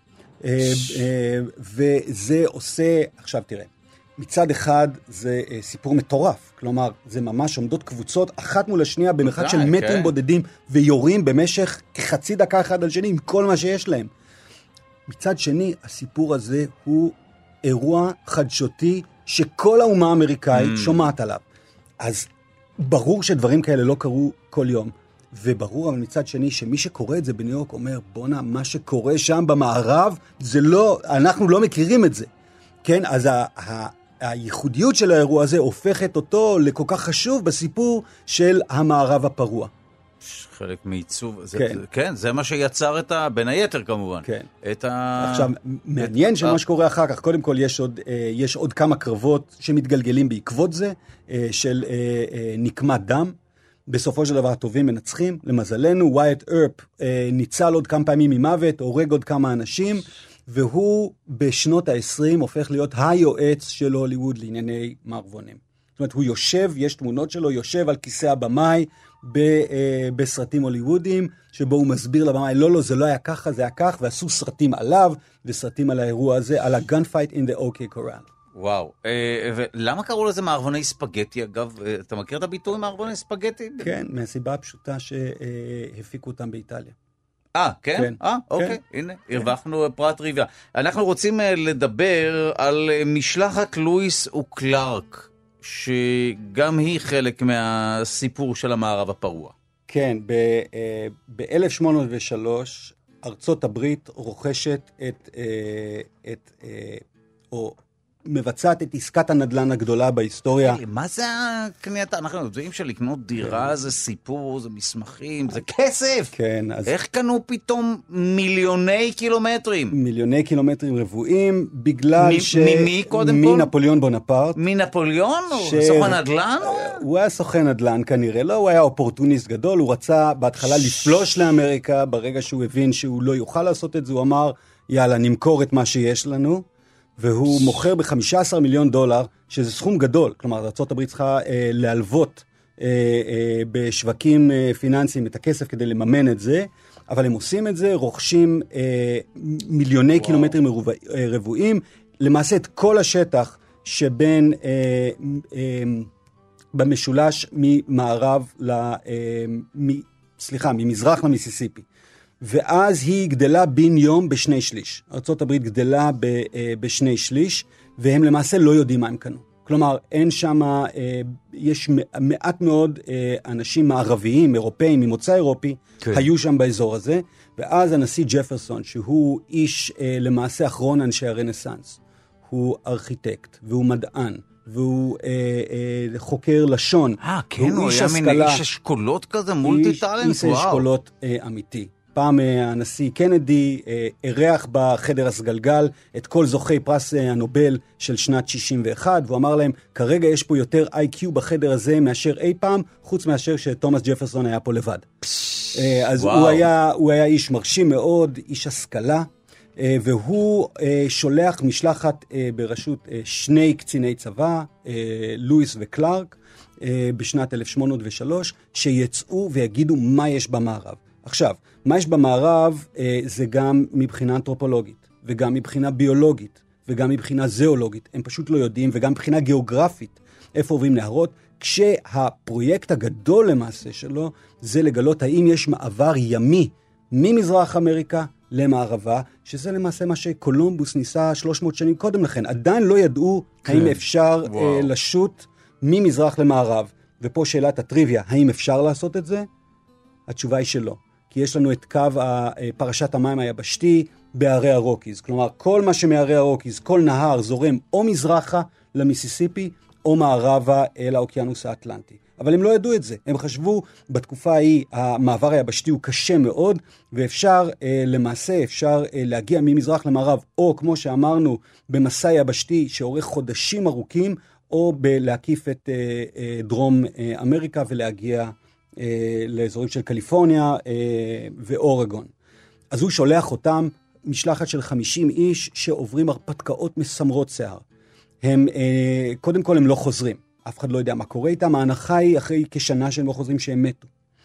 וזה עושה, עכשיו תראה, מצד אחד זה סיפור מטורף, כלומר, זה ממש עומדות קבוצות, אחת מול השנייה, במרחק של מטרים בודדים, ויורים במשך כחצי דקה אחד על שני, עם כל מה שיש להם. מצד שני, הסיפור הזה הוא אירוע חדשותי, שכל האומה האמריקאית שומעת עליו. אז ברור שדברים כאלה לא קרו כל יום, וברור, אבל מצד שני, שמי שקורא את זה בניו יורק אומר, בונה, מה שקורה שם במערב, זה לא, אנחנו לא מכירים את זה. כן, אז הייחודיות של האירוע הזה הופכת אותו לכל כך חשוב בסיפור של המערב הפרוע. חלק מעיצוב, כן, זה מה שיצר בין היתר כמובן. כן. עכשיו, מעניין שמה שקורה אחר כך, קודם כל יש עוד כמה קרבות שמתגלגלים בעקבות זה, של נקמת דם. בסופו של דבר הטובים מנצחים, למזלנו, ווייט ארפ ניצל עוד כמה פעמים ממוות, הורג עוד כמה אנשים, והוא בשנות ה-20 הופך להיות היועץ של הוליווד לענייני מערבונים. זאת אומרת, הוא יושב, יש תמונות שלו, יושב על כיסא הבמאי בסרטים הוליוודיים, שבו הוא מסביר לבמאי, לא, זה לא היה ככה, זה היה כך, ועשו סרטים עליו, וסרטים על האירוע הזה, על ה-gunfight in the OK Corral. וואו, ולמה קראו לזה מערבוני ספגטי, אגב? אתה מכיר את הביטוי מערבוני ספגטי? כן, מהסיבה הפשוטה שהפיקו אותם באיטליה. כן? אוקיי, הנה, הרווחנו פרט טריוויה. אנחנו רוצים לדבר על משלחת לואיס וקלארק, שגם היא חלק מהסיפור של המערב הפרוע. כן, ב-1803 ארצות הברית רוכשת או מבצעת את עסקת הנדל"ן הגדולה בהיסטוריה. מה זה הקניית? אנחנו יודעים שלקנות דירה זה סיפור, זה מסמכים, זה כסף. כן. איך קנו פתאום מיליוני קילומטרים? מיליוני קילומטרים רבועים, בגלל ממי קודם כל? מנפוליאון בונפרט. מנפוליאון? סוכן נדל"ן? הוא היה סוכן נדל"ן כנראה, לא, הוא היה אופורטוניסט גדול, הוא רצה בהתחלה לפלוש לאמריקה, ברגע שהוא הבין שהוא לא יוכל לעשות את זה, הוא אמר, יאללה, נמכור את מה שיש לנו. והוא מוכר ב$15 מיליון, שזה סכום גדול. כלומר, ארצות הברית צריכה להלוות בשווקים פיננסיים את הכסף כדי לממן את זה, אבל הם עושים את זה, רוכשים מיליוני קילומטרים רבועים, למעשה את כל השטח שבין, במשולש ממזרח למיסיסיפי. ואז היא גדלה בין יום בשני שליש. ארצות הברית גדלה בשני שליש, והם למעשה לא יודעים מה הם קנו. כלומר, אין שם, יש מעט מאוד אנשים מערביים, אירופאים, ממוצא אירופי, היו שם באזור הזה, ואז הנשיא ג'פרסון, שהוא איש למעשה אחרון אנשי הרנסנס, הוא ארכיטקט, והוא מדען, והוא חוקר לשון. כן, הוא היה מין איש אשכולות כזה, מולטי טלנט, איש אשכולות אמיתי. פעם הנשיא קנדי אירח בחדר הסגלגל את כל זוכי פרס הנובל של שנת 61, והוא אמר להם, כרגע יש פה יותר IQ בחדר הזה מאשר אי פעם, חוץ מאשר שתומאס ג'פרסון היה פה לבד. אז הוא היה איש מרשים מאוד, איש השכלה, והוא שולח משלחת בראשות שני קציני צבא, לואיס וקלארק, בשנת 1803, שיצאו ויגידו מה יש במערב. עכשיו, מה יש במערב זה גם מבחינה אנתרופולוגית, וגם מבחינה ביולוגית, וגם מבחינה זואולוגית. הם פשוט לא יודעים, וגם מבחינה גיאוגרפית, איפה עוברים נהרות, כשהפרויקט הגדול למעשה שלו, זה לגלות האם יש מעבר ימי ממזרח אמריקה למערבה, שזה למעשה מה שקולומבוס ניסה 300 שנים קודם לכן. עדיין לא ידעו האם אפשר לשוט ממזרח למערב. ופה שאלת הטריוויה, האם אפשר לעשות את זה? התשובה היא שלא. כי יש לנו את קו פרשת המים היבשתי בערי הרוקיז. כלומר, כל מה שמערי הרוקיז, כל נהר זורם או מזרחה למיסיסיפי, או מערבה אל האוקיינוס האטלנטי. אבל הם לא ידעו את זה. הם חשבו, בתקופה ההיא, המעבר היבשתי הוא קשה מאוד, ואפשר, למעשה, אפשר להגיע ממזרח למערב, או כמו שאמרנו, במסע יבשתי שאורך חודשים ארוכים, או להקיף את דרום אמריקה ולהגיע לאזורים של קליפורניה ואורגון. אז הוא שולח אותם, משלחת של 50 איש שעוברים הרפתקאות מסמרות שיער. הם, קודם כל הם לא חוזרים. אף אחד לא יודע מה קורה איתם. ההנחה היא אחרי כשנה שהם לא חוזרים שהם מתו.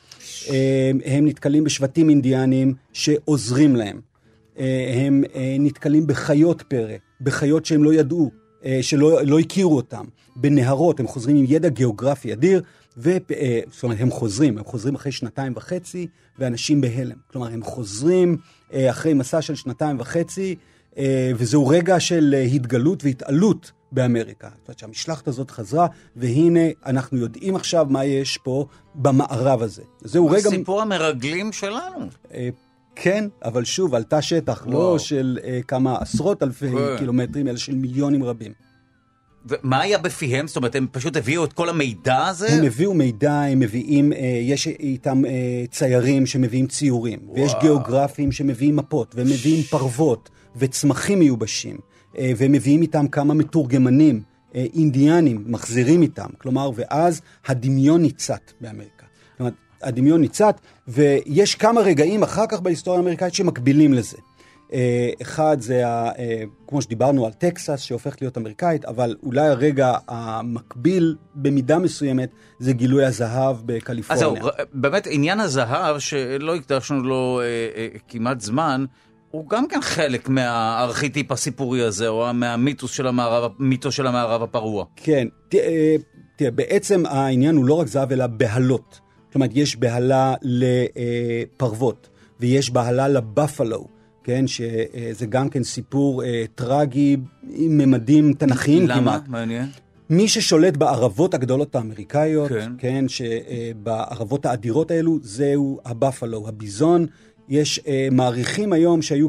הם נתקלים בשבטים אינדיאנים שעוזרים להם. הם נתקלים בחיות פרא, בחיות שהם לא ידעו, שלא הכירו אותם. בנהרות, הם חוזרים עם ידע גיאוגרפי אדיר, זאת אומרת, הם חוזרים אחרי 2.5, ואנשים בהלם. כלומר, הם חוזרים אחרי מסע של 2.5, וזהו רגע של התגלות והתעלות באמריקה. זאת אומרת שהמשלחת הזאת חזרה, והנה אנחנו יודעים עכשיו מה יש פה במערב הזה. זהו רגע... הסיפור המרגלים שלנו. כן, אבל שוב, עלתה שטח, לא של כמה עשרות אלפי קילומטרים, אלא של מיליונים רבים. ומה היה בפיהם? זאת אומרת, הם פשוט הביאו את כל המידע הזה? הם הביאו מידע, הם מביאים, יש איתם ציירים שמביאים ציורים, ויש גיאוגרפים שמביאים מפות, והם מביאים פרוות וצמחים מיובשים, והם מביאים איתם כמה מתורגמנים, אינדיאנים, מחזירים איתם, כלומר, ואז הדמיון ניצת באמריקה. זאת אומרת, הדמיון ניצת, ויש כמה רגעים אחר כך בהיסטוריה האמריקאית שמקבילים לזה. אחד זה, כמו שדיברנו על טקסס, שהופך להיות אמריקאית, אבל אולי הרגע המקביל במידה מסוימת, זה גילוי הזהב בקליפורניה. אז זהו, באמת עניין הזהב, שלא הקדשנו לו כמעט זמן, הוא גם כן חלק מהארכיטיפ הסיפורי הזה, או מהמיתוס של המערב הפרוע. כן, תראה, בעצם העניין הוא לא רק זהב, אלא בהלות. כלומר, יש בהלה לפרוות, ויש בהלה לבפלו, כן, שזה גם כן סיפור טרגי, עם ממדים תנכיים כמעט. למה? מעניין. מי ששולט בערבות הגדולות האמריקאיות, כן, שבערבות האדירות האלו, זהו הבפלו, הביזון. יש מעריכים היום שהיו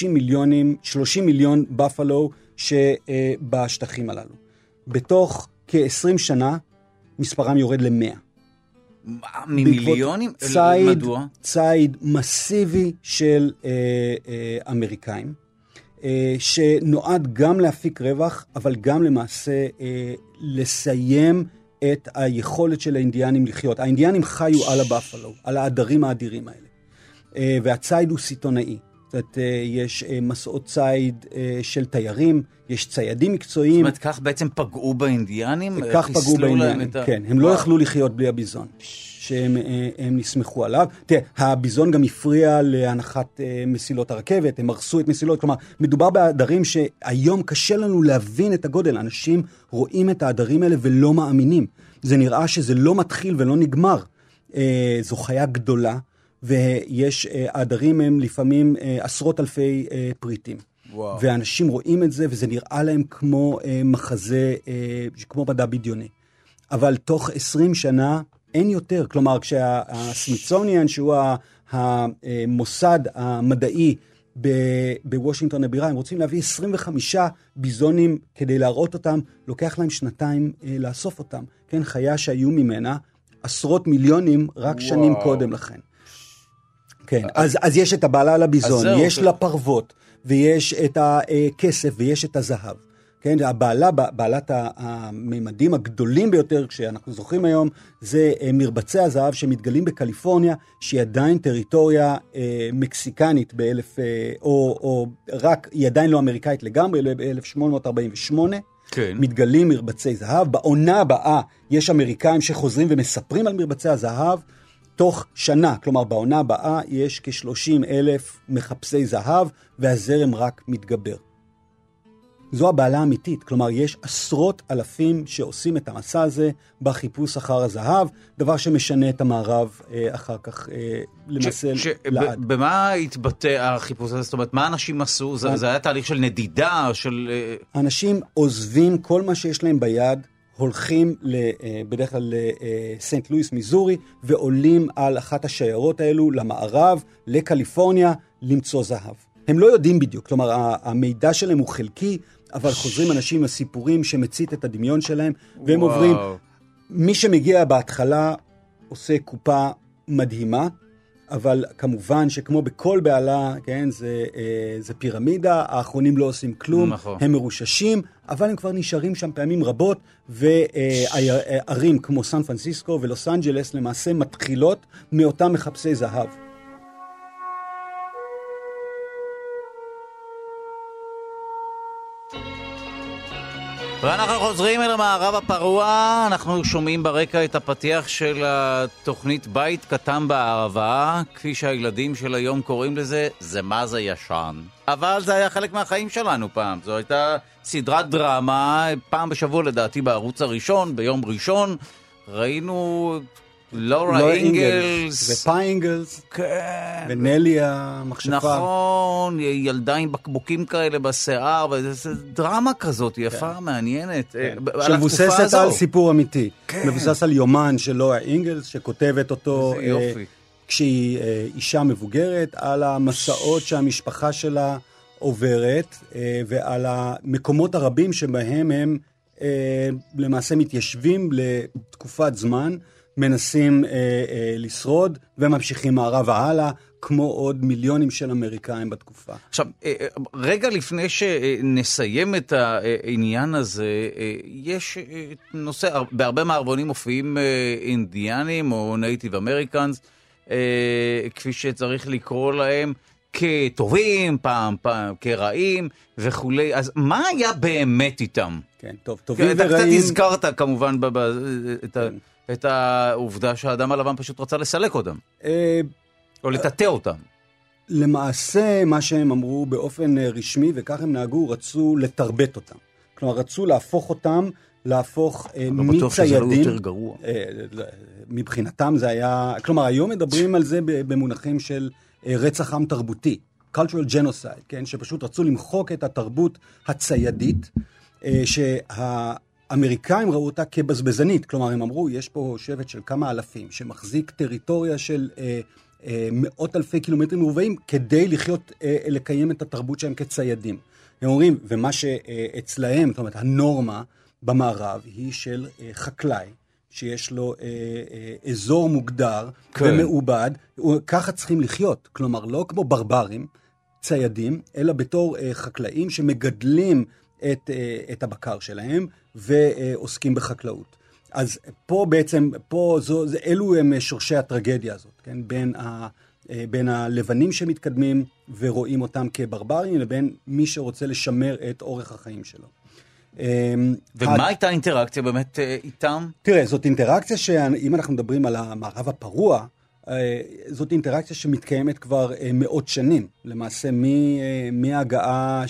כ-30 מיליון בפלו שבשטחים הללו. בתוך כ-20 שנה, מספרם יורד ל-100. ממיליונים? מדוע? צייד מסיבי של אמריקאים, שנועד גם להפיק רווח, אבל גם למעשה לסיים את היכולת של האינדיאנים לחיות. האינדיאנים חיו על הבפלו, על העדרים האדירים האלה. והצייד הוא סיטונאי. זאת אומרת, יש מסעות צייד של תיירים, יש ציידים מקצועיים. זאת אומרת, כך בעצם פגעו באינדיאנים? כך פגעו באינדיאנים, כן. הם לא יכלו לחיות בלי הביזון, שהם נסמכו עליו. תראה, הביזון גם הפריע להנחת מסילות הרכבת, הם הרסו את מסילות, כלומר, מדובר בעדרים שהיום קשה לנו להבין את הגודל. אנשים רואים את העדרים האלה ולא מאמינים. זה נראה שזה לא מתחיל ולא נגמר. זו חיה גדולה. ויש העדרים הם לפעמים עשרות אלפי פריטים. וואו. ואנשים רואים את זה, וזה נראה להם כמו מחזה, כמו מדע בדיוני. אבל תוך 20 שנה אין יותר. כלומר, כשהסמיתסוניאן, שהוא המוסד המדעי בוושינגטון הבירה, הם רוצים להביא 25 ביזונים כדי להראות אותם, לוקח להם שנתיים לאסוף אותם. כן, חיה שהיו ממנה עשרות מיליונים רק שנים קודם לכן. כן, אז יש את הבעלה על הביזון, יש לה פרוות, ויש את הכסף, ויש את הזהב. כן, בעלת הממדים הגדולים ביותר, כשאנחנו זוכרים היום, זה מרבצי הזהב שמתגלים בקליפורניה, שהיא עדיין טריטוריה מקסיקנית או רק, היא עדיין לא אמריקאית לגמרי, ב-1848. כן. מתגלים מרבצי זהב. בעונה הבאה יש אמריקאים שחוזרים ומספרים על מרבצי הזהב, תוך שנה, כלומר בעונה הבאה יש כ-30,000 מחפשי זהב, והזרם רק מתגבר. זו הבעלה האמיתית, כלומר יש עשרות אלפים שעושים את המסע הזה בחיפוש אחר הזהב, דבר שמשנה את המערב אחר כך למעשה לעד. במה התבטא החיפוש הזה? זאת אומרת, מה אנשים עשו? זה היה תהליך של נדידה? אנשים עוזבים כל מה שיש להם ביד, הולכים בדרך כלל לסנט לואיס, מיזורי, ועולים על אחת השיירות האלו למערב, לקליפורניה, למצוא זהב. הם לא יודעים בדיוק, כלומר, המידע שלהם הוא חלקי, אבל חוזרים אנשים הסיפורים שמצית את הדמיון שלהם, והם עוברים, מי שמגיע בהתחלה עושה קופה מדהימה, אבל כמובן שכמו בכל בעלה, כן, זה פירמידה, האחרונים לא עושים כלום, הם מרוששים, אבל הם כבר נשארים שם פעמים רבות, וערים כמו סן פרנסיסקו ולוס אנג'לס למעשה מתחילות מאותם מחפשי זהב. ואנחנו חוזרים אל המערב הפרוע, אנחנו שומעים ברקע את הפתיח של התוכנית בית קטן בערבה, כפי שהילדים של היום קוראים לזה, זה מה זה ישן. אבל זה היה חלק מהחיים שלנו פעם, זו הייתה סדרת דרמה, פעם בשבוע לדעתי בערוץ הראשון, ביום ראשון, ראינו לורה אינגלס ופיינגלס ונלי המחשפה, נכון, ילדה עם בקבוקים כאלה בשיער, וזה דרמה כזאת יפה, מעניינת, שמבוססת על סיפור אמיתי, מבוסס על יומן של לורה אינגלס שכותבת אותו כשהיא אישה מבוגרת, על המסעות שהמשפחה שלה עוברת ועל המקומות הרבים שבהם הם למעשה מתיישבים לתקופת זמן, מנסים לשרוד וממשיכים מערב הלאה, כמו עוד מיליונים של אמריקאים בתקופה. עכשיו, רגע לפני שנסיים את העניין הזה, יש נושא, בהרבה מערבונים מופיעים אינדיאנים או נייטיב אמריקאנס, כפי שצריך לקרוא להם, כטובים, פעם כרעים וכולי. אז מה היה באמת איתם? כן, טוב, טובים ורעים. אתה קצת הזכרת כמובן את העובדה שהאדם הלבן פשוט רצה לסלק אותם. או לטאטא אותם. למעשה, מה שהם אמרו באופן רשמי, וכך הם נהגו, רצו לתרבט אותם. כלומר, רצו להפוך אותם, להפוך מציידים. לא בטוח שזה לא יותר גרוע. מבחינתם זה היה... כלומר, היום מדברים על זה במונחים של רצח עם תרבותי. cultural genocide, כן? שפשוט רצו למחוק את התרבות הציידית, שהאמריקאים ראו אותה כבזבזנית. כלומר, הם אמרו, יש פה שבט של כמה אלפים, שמחזיק טריטוריה של מאות אלפי קילומטרים מרובעים, כדי לקיים את התרבות שלהם כציידים. הם אומרים, ומה שאצלהם, זאת אומרת, הנורמה במערב היא של חקלאי, שיש לו אזור מוגדר ומעובד, ככה צריכים לחיות. כלומר, לא כמו ברברים, ציידים, אלא בתור חקלאים שמגדלים את הבקר שלהם ועוסקים בחקלאות. אז פה בעצם, אלו הם שורשי הטרגדיה הזאת, כן? בין הלבנים שמתקדמים ורואים אותם כברברים, לבין מי שרוצה לשמר את אורך החיים שלו. ומה הייתה האינטראקציה באמת איתם? תראה, זאת אינטראקציה שאם אנחנו מדברים על המערב הפרוע, זאת אינטראקציה שמתקיימת כבר מאות שנים, למעשה מההגעה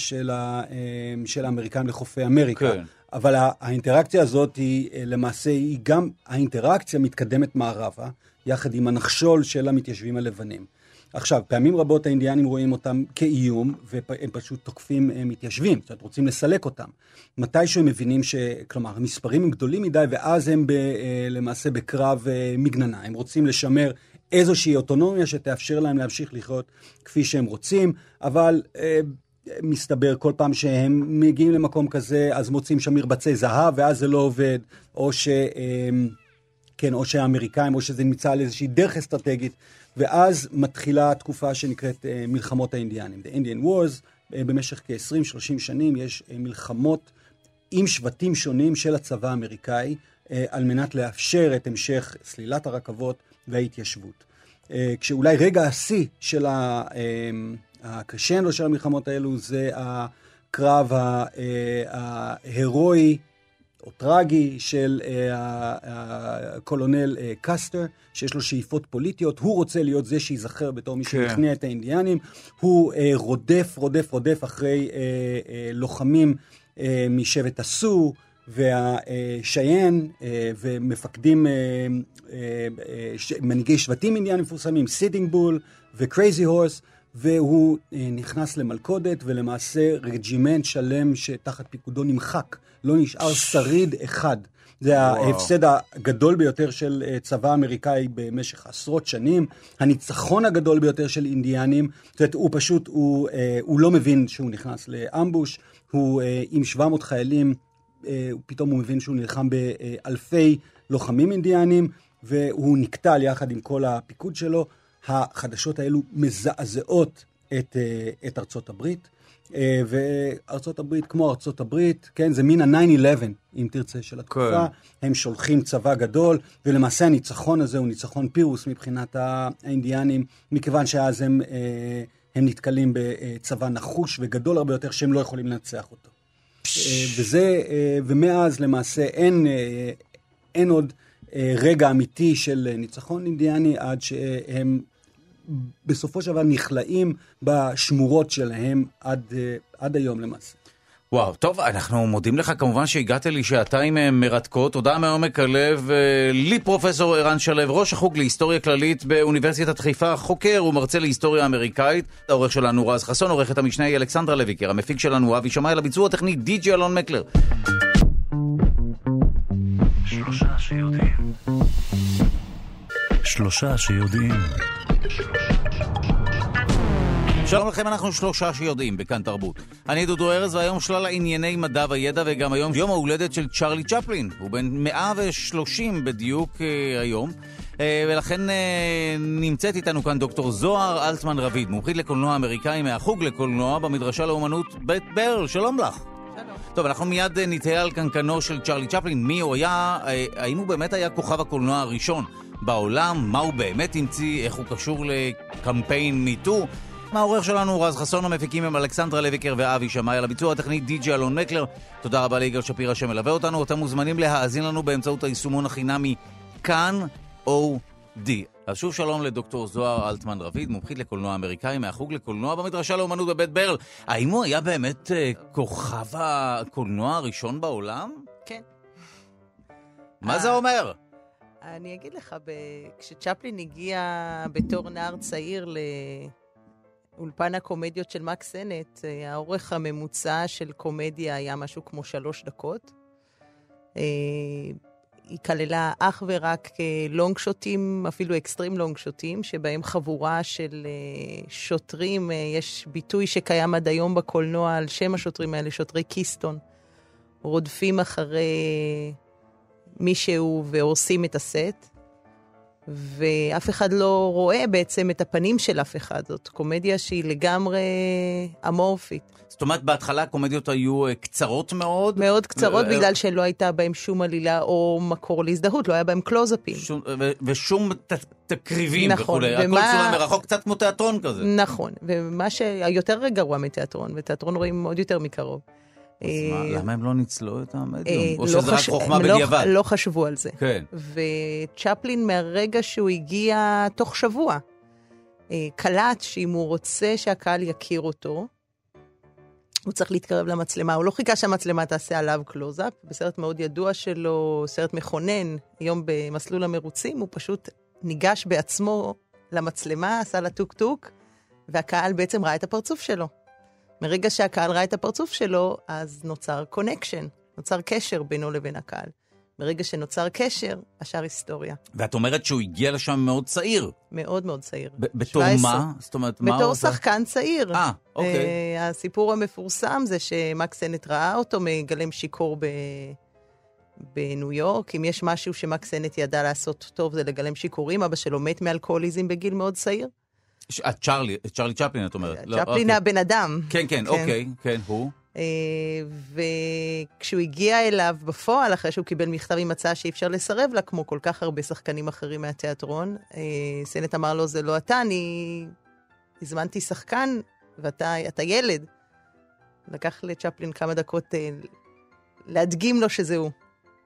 של האמריקאים לחופי אמריקה. כן. אבל האינטראקציה הזאת היא למעשה, היא גם האינטראקציה מתקדמת מערבה, יחד עם הנחשול של המתיישבים הלבנים. עכשיו, פעמים רבות האינדיאנים רואים אותם כאיום, והם פשוט תוקפים מתיישבים, זאת אומרת, רוצים לסלק אותם. מתישהו הם מבינים כלומר, המספרים הם גדולים מדי, ואז הם למעשה בקרב מגננה. הם רוצים לשמר איזושהי אוטונומיה שתאפשר להם להמשיך לחיות כפי שהם רוצים, אבל מסתבר כל פעם שהם מגיעים למקום כזה, אז מוצאים שם מרבצי זהב, ואז זה לא עובד, או שהאמריקאים, או שזה נמצא על איזושהי דרך אסטרטגית, ואז מתחילה תקופה שנקראת מלחמות האינדיאנים, The Indian Wars. במשך כ-20-30 שנים יש מלחמות עם שבטים שונים של הצבא האמריקאי, על מנת לאפשר את המשך סלילת הרכבות וההתיישבות. כשאולי רגע השיא של הקרשנדו של המלחמות האלו, זה הקרב ההירואי או טרגי של הקולונל קסטר, שיש לו שאיפות פוליטיות. הוא רוצה להיות זה שיזכר בתור מי שמכניע את האינדיאנים. הוא רודף אחרי לוחמים משבט הסו והשיין, ומפקדים, מנהיגי שבטים אינדיאנים מפורסמים, סיטינג בול וקרייזי הורס, והוא נכנס למלכודת, ולמעשה רג'ימנט שלם שתחת פיקודו נמחק. לא נשאר שריד אחד. זה ההפסד הגדול ביותר של צבא אמריקאי במשך עשרות שנים. הניצחון הגדול ביותר של אינדיאנים. זאת אומרת, הוא פשוט, הוא לא מבין שהוא נכנס לאמבוש. הוא עם 700 חיילים, פתאום הוא מבין שהוא נלחם באלפי לוחמים אינדיאנים, והוא נקטל יחד עם כל הפיקוד שלו. החדשות האלו מזעזעות את ארצות הברית, וארצות הברית כמו ארצות הברית, כן, זה מין ה-9/11, אם תרצה, של התקופה. הם שולחים צבא גדול, ולמעשה הניצחון הזה הוא ניצחון פירוס מבחינת האינדיאנים, מכיוון שאז הם נתקלים בצבא נחוש וגדול הרבה יותר, שהם לא יכולים לנצח אותו. ומאז למעשה אין עוד רגע אמיתי של ניצחון אינדיאני, עד שהם בסופו של דבר נכלאים בשמורות שלהם עד היום למעשה. וואו, טוב, אנחנו מודים לך כמובן שהגעת לי שעתיים מרתקות. תודה מעומק הלב. לי פרופסור ערן שלו, ראש החוג להיסטוריה כללית באוניברסיטת חיפה, חוקר ומרצה להיסטוריה אמריקאית. העורך שלנו רז חסון, עורכת המשנה היא אלכסנדרה לויקר, המפיק שלנו אבי שמאי, לביצוע הטכני די.ג'י אלון מקלר. שלושה שיודעים. שלום לכם, אנחנו שלושה שיודעים בכאן תרבות. אני דודו ארז, והיום שלל ענייני מדע וידע, וגם היום יום ההולדת של צ'רלי צ'פלין. הוא בן 130 בדיוק היום, ולכן נמצאת איתנו כאן דוקטור זוהר אלטמן רביד, מומחית לקולנוע אמריקאי מהחוג לקולנוע במדרשה לאומנות בית ברל. שלום לך. טוב, אנחנו מיד נתהיה על קנקנו של צ'רלי צ'פלין. מי הוא היה? האם הוא באמת היה כוכב הקולנוע הראשון בעולם? מה הוא באמת המציא? איך הוא קשור לקמפיין מיטו? העורך שלנו רז חסון, המפיקים הם אלכסנדרה לויקר ואבי שמאי, על הביצוע הטכני די.ג'י אלון מקלר. תודה רבה ליגאל שפירא שמלווה אותנו. אתם מוזמנים להאזין לנו באמצעות היישומון החינמי כאן אודי. אז שוב שלום לדוקטור זוהר אלטמן רביד, מומחית לקולנוע אמריקאי מהחוג לקולנוע במדרשה לאומנות בבית ברל. האם הוא היה באמת כוכב הקולנוע הראשון בעולם? כן. מה זה אומר? אני אגיד לך, כשצ'פלין הגיע בתור נער צעיר לאולפן הקומדיות של מקס סנט, האורך הממוצע של קומדיה היה משהו כמו 3 דקות. היא כללה אך ורק לונג שוטים, אפילו אקסטרים לונג שוטים, שבהם חבורה של שוטרים, יש ביטוי שקיים עד היום בקולנוע על שם השוטרים האלה, שוטרי קיסטון, רודפים אחרי מישהו והורסים את הסט, ואף אחד לא רואה בעצם את הפנים של אף אחד. זאת קומדיה שהיא לגמרי אמורפית. זאת אומרת, בהתחלה הקומדיות היו קצרות מאוד? מאוד קצרות, בגלל שלא הייתה בהם שום עלילה או מקור להזדהות, לא היה בהם קלוזאפים. ושום תקריבים נכון, וכו'. הכל צולם מרחוק, קצת כמו תיאטרון כזה. נכון, ומה שהיותר גרוע מתיאטרון, ותיאטרון רואים עוד יותר מקרוב. אז למה הם לא ניצלו את המדיום? או שזה רק חוכמה בדיעבד? לא חשבו על זה. כן. וצ'פלין מהרגע שהוא הגיע תוך שבוע, קלט שאם הוא רוצה שהקהל יכיר אותו, הוא צריך להתקרב למצלמה. הוא לא חיכה שהמצלמה תעשה עליו קלוזאפ. בסרט מאוד ידוע שלו, סרט מכונן, היום במסלול המרוצים, הוא פשוט ניגש בעצמו למצלמה, עשה לה טוק טוק, והקהל בעצם ראה את הפרצוף שלו. מרגע שהקהל ראה את הפרצוף שלו, אז נוצר קונקשן, נוצר קשר בינו לבין הקהל. מרגע שנוצר קשר, השאר היסטוריה. ואת אומרת שהוא הגיע לשם מאוד צעיר. מאוד מאוד צעיר. בתור מה? זאת אומרת, מה בתור שחקן צעיר. אוקיי. הסיפור המפורסם זה שמקס סנט ראה אותו מגלם שיכור בניו יורק. אם יש משהו שמקס סנט ידע לעשות טוב, זה לגלם שיכורים. אבא שלו מת מאלכוהוליזם בגיל מאוד צעיר. צ'רלי צ'פלין, את אומרת. צ'פלין הבן אדם. כן, כן, אוקיי, כן, הוא. וכשהוא הגיע אליו בפועל, אחרי שהוא קיבל מכתב עם הצעה שאי אפשר לסרב לה, כמו כל כך הרבה שחקנים אחרים מהתיאטרון, סנט אמר לו, זה לא אתה, אני הזמנתי שחקן, ואתה ילד. לקח לצ'פלין כמה דקות להדגים לו שזה הוא.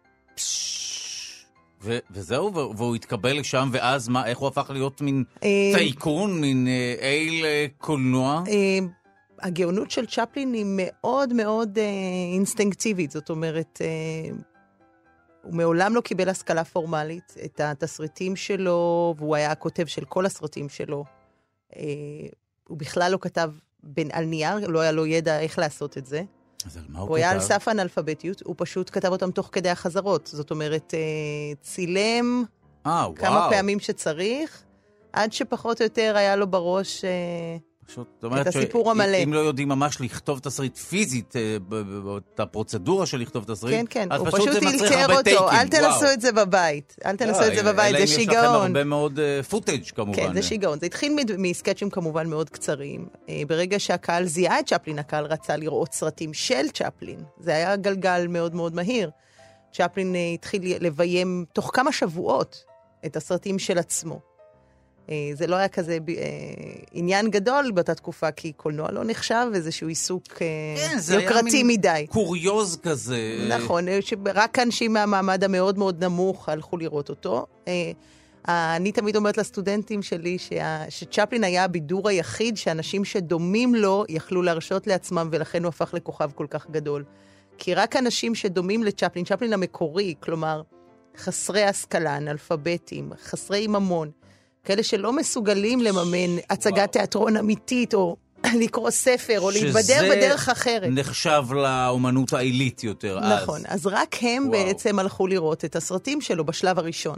וזהו, והוא התקבל לשם, ואז מה, איך הוא הפך להיות מין טייקון, מין איל קולנוע? הגאונות של צ'פלין היא מאוד מאוד אינסטינקטיבית, זאת אומרת, הוא מעולם לא קיבל השכלה פורמלית, את התסריטים שלו, והוא היה הכותב של כל הסרטים שלו. הוא בכלל לא כתב על נייר, לא היה לו ידע איך לעשות את זה. אז על מה הוא כתב? הוא היה על סף אנאלפביתיות, הוא פשוט כתב אותם תוך כדי החזרות. זאת אומרת, צילם כמה פעמים שצריך, עד שפחות או יותר היה לו בראש את הסיפור המלא. אם לא יודעים ממש לכתוב תסריט פיזית, את הפרוצדורה של לכתוב תסריט, כן, כן, הוא פשוט ילתר אותו, אל תנסו את זה בבית. אל תנסו את זה בבית, זה שיגעון. אלא אם יש לכם הרבה מאוד פוטאג' כמובן. כן, זה שיגעון. זה התחיל מסקצ'ים כמובן מאוד קצרים. ברגע שהקהל זיהה את צ'פלין, הקהל רצה לראות סרטים של צ'פלין. זה היה גלגל מאוד מאוד מהיר. צ'פלין התחיל לביים תוך כמה שבועות את הסרטים של עצמו. זה לא היה כזה עניין גדול באותה תקופה, כי קולנוע לא נחשב איזשהו עיסוק יוקרתי מדי. קוריוז כזה. נכון, רק אנשים מהמעמד המאוד מאוד נמוך הלכו לראות אותו. אני תמיד אומרת לסטודנטים שלי שצ'פלין היה הבידור היחיד שאנשים שדומים לו יכלו להרשות לעצמם, ולכן הוא הפך לכוכב כל כך גדול. כי רק אנשים שדומים לצ'פלין, צ'פלין המקורי, כלומר חסרי השכלה, אנאלפביתים, חסרי ממון, כאלה שלא מסוגלים לממן הצגת תיאטרון אמיתית, או לקרוא ספר, או להתבדר בדרך אחרת. שזה נחשב לאומנות העילית יותר. נכון, אז רק הם בעצם הלכו לראות את הסרטים שלו בשלב הראשון.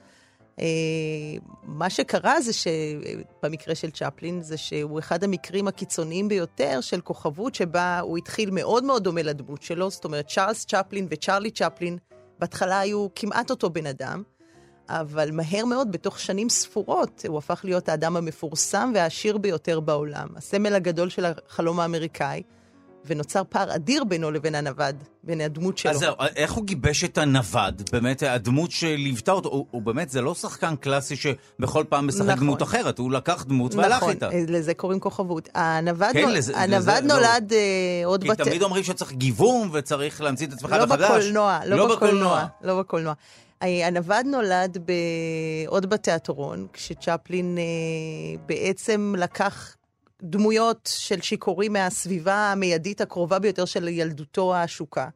מה שקרה זה שבמקרה של צ'פלין, זה שהוא אחד המקרים הקיצוניים ביותר של כוכבות, שבה הוא התחיל מאוד מאוד דומה לדמות שלו, זאת אומרת, צ'ארלס צ'פלין וצ'רלי צ'פלין, בהתחלה היו כמעט אותו בן אדם, אבל מהר מאוד, בתוך שנים ספורות, הוא הפך להיות האדם המפורסם והעשיר ביותר בעולם. הסמל הגדול של החלום האמריקאי, ונוצר פער אדיר בינו לבין הנווד, בין הדמות שלו. אז זהו, איך הוא גיבש את הנווד? באמת, הדמות שליוותה אותו, הוא באמת, זה לא שחקן קלאסי שבכל פעם משחק נכון. דמות אחרת, הוא לקח דמות והלך איתה. נכון, לזה קוראים כוכבות. הנווד כן, נולד עוד כי תמיד אומרים שצריך גיוון וצריך להמציא את עצמך מחדש. לא בקולנוע. הנווד נולד עוד בתיאטרון, כשצ'פלין בעצם לקח דמויות של שיכורים מהסביבה המיידית הקרובה ביותר של ילדותו השוקה.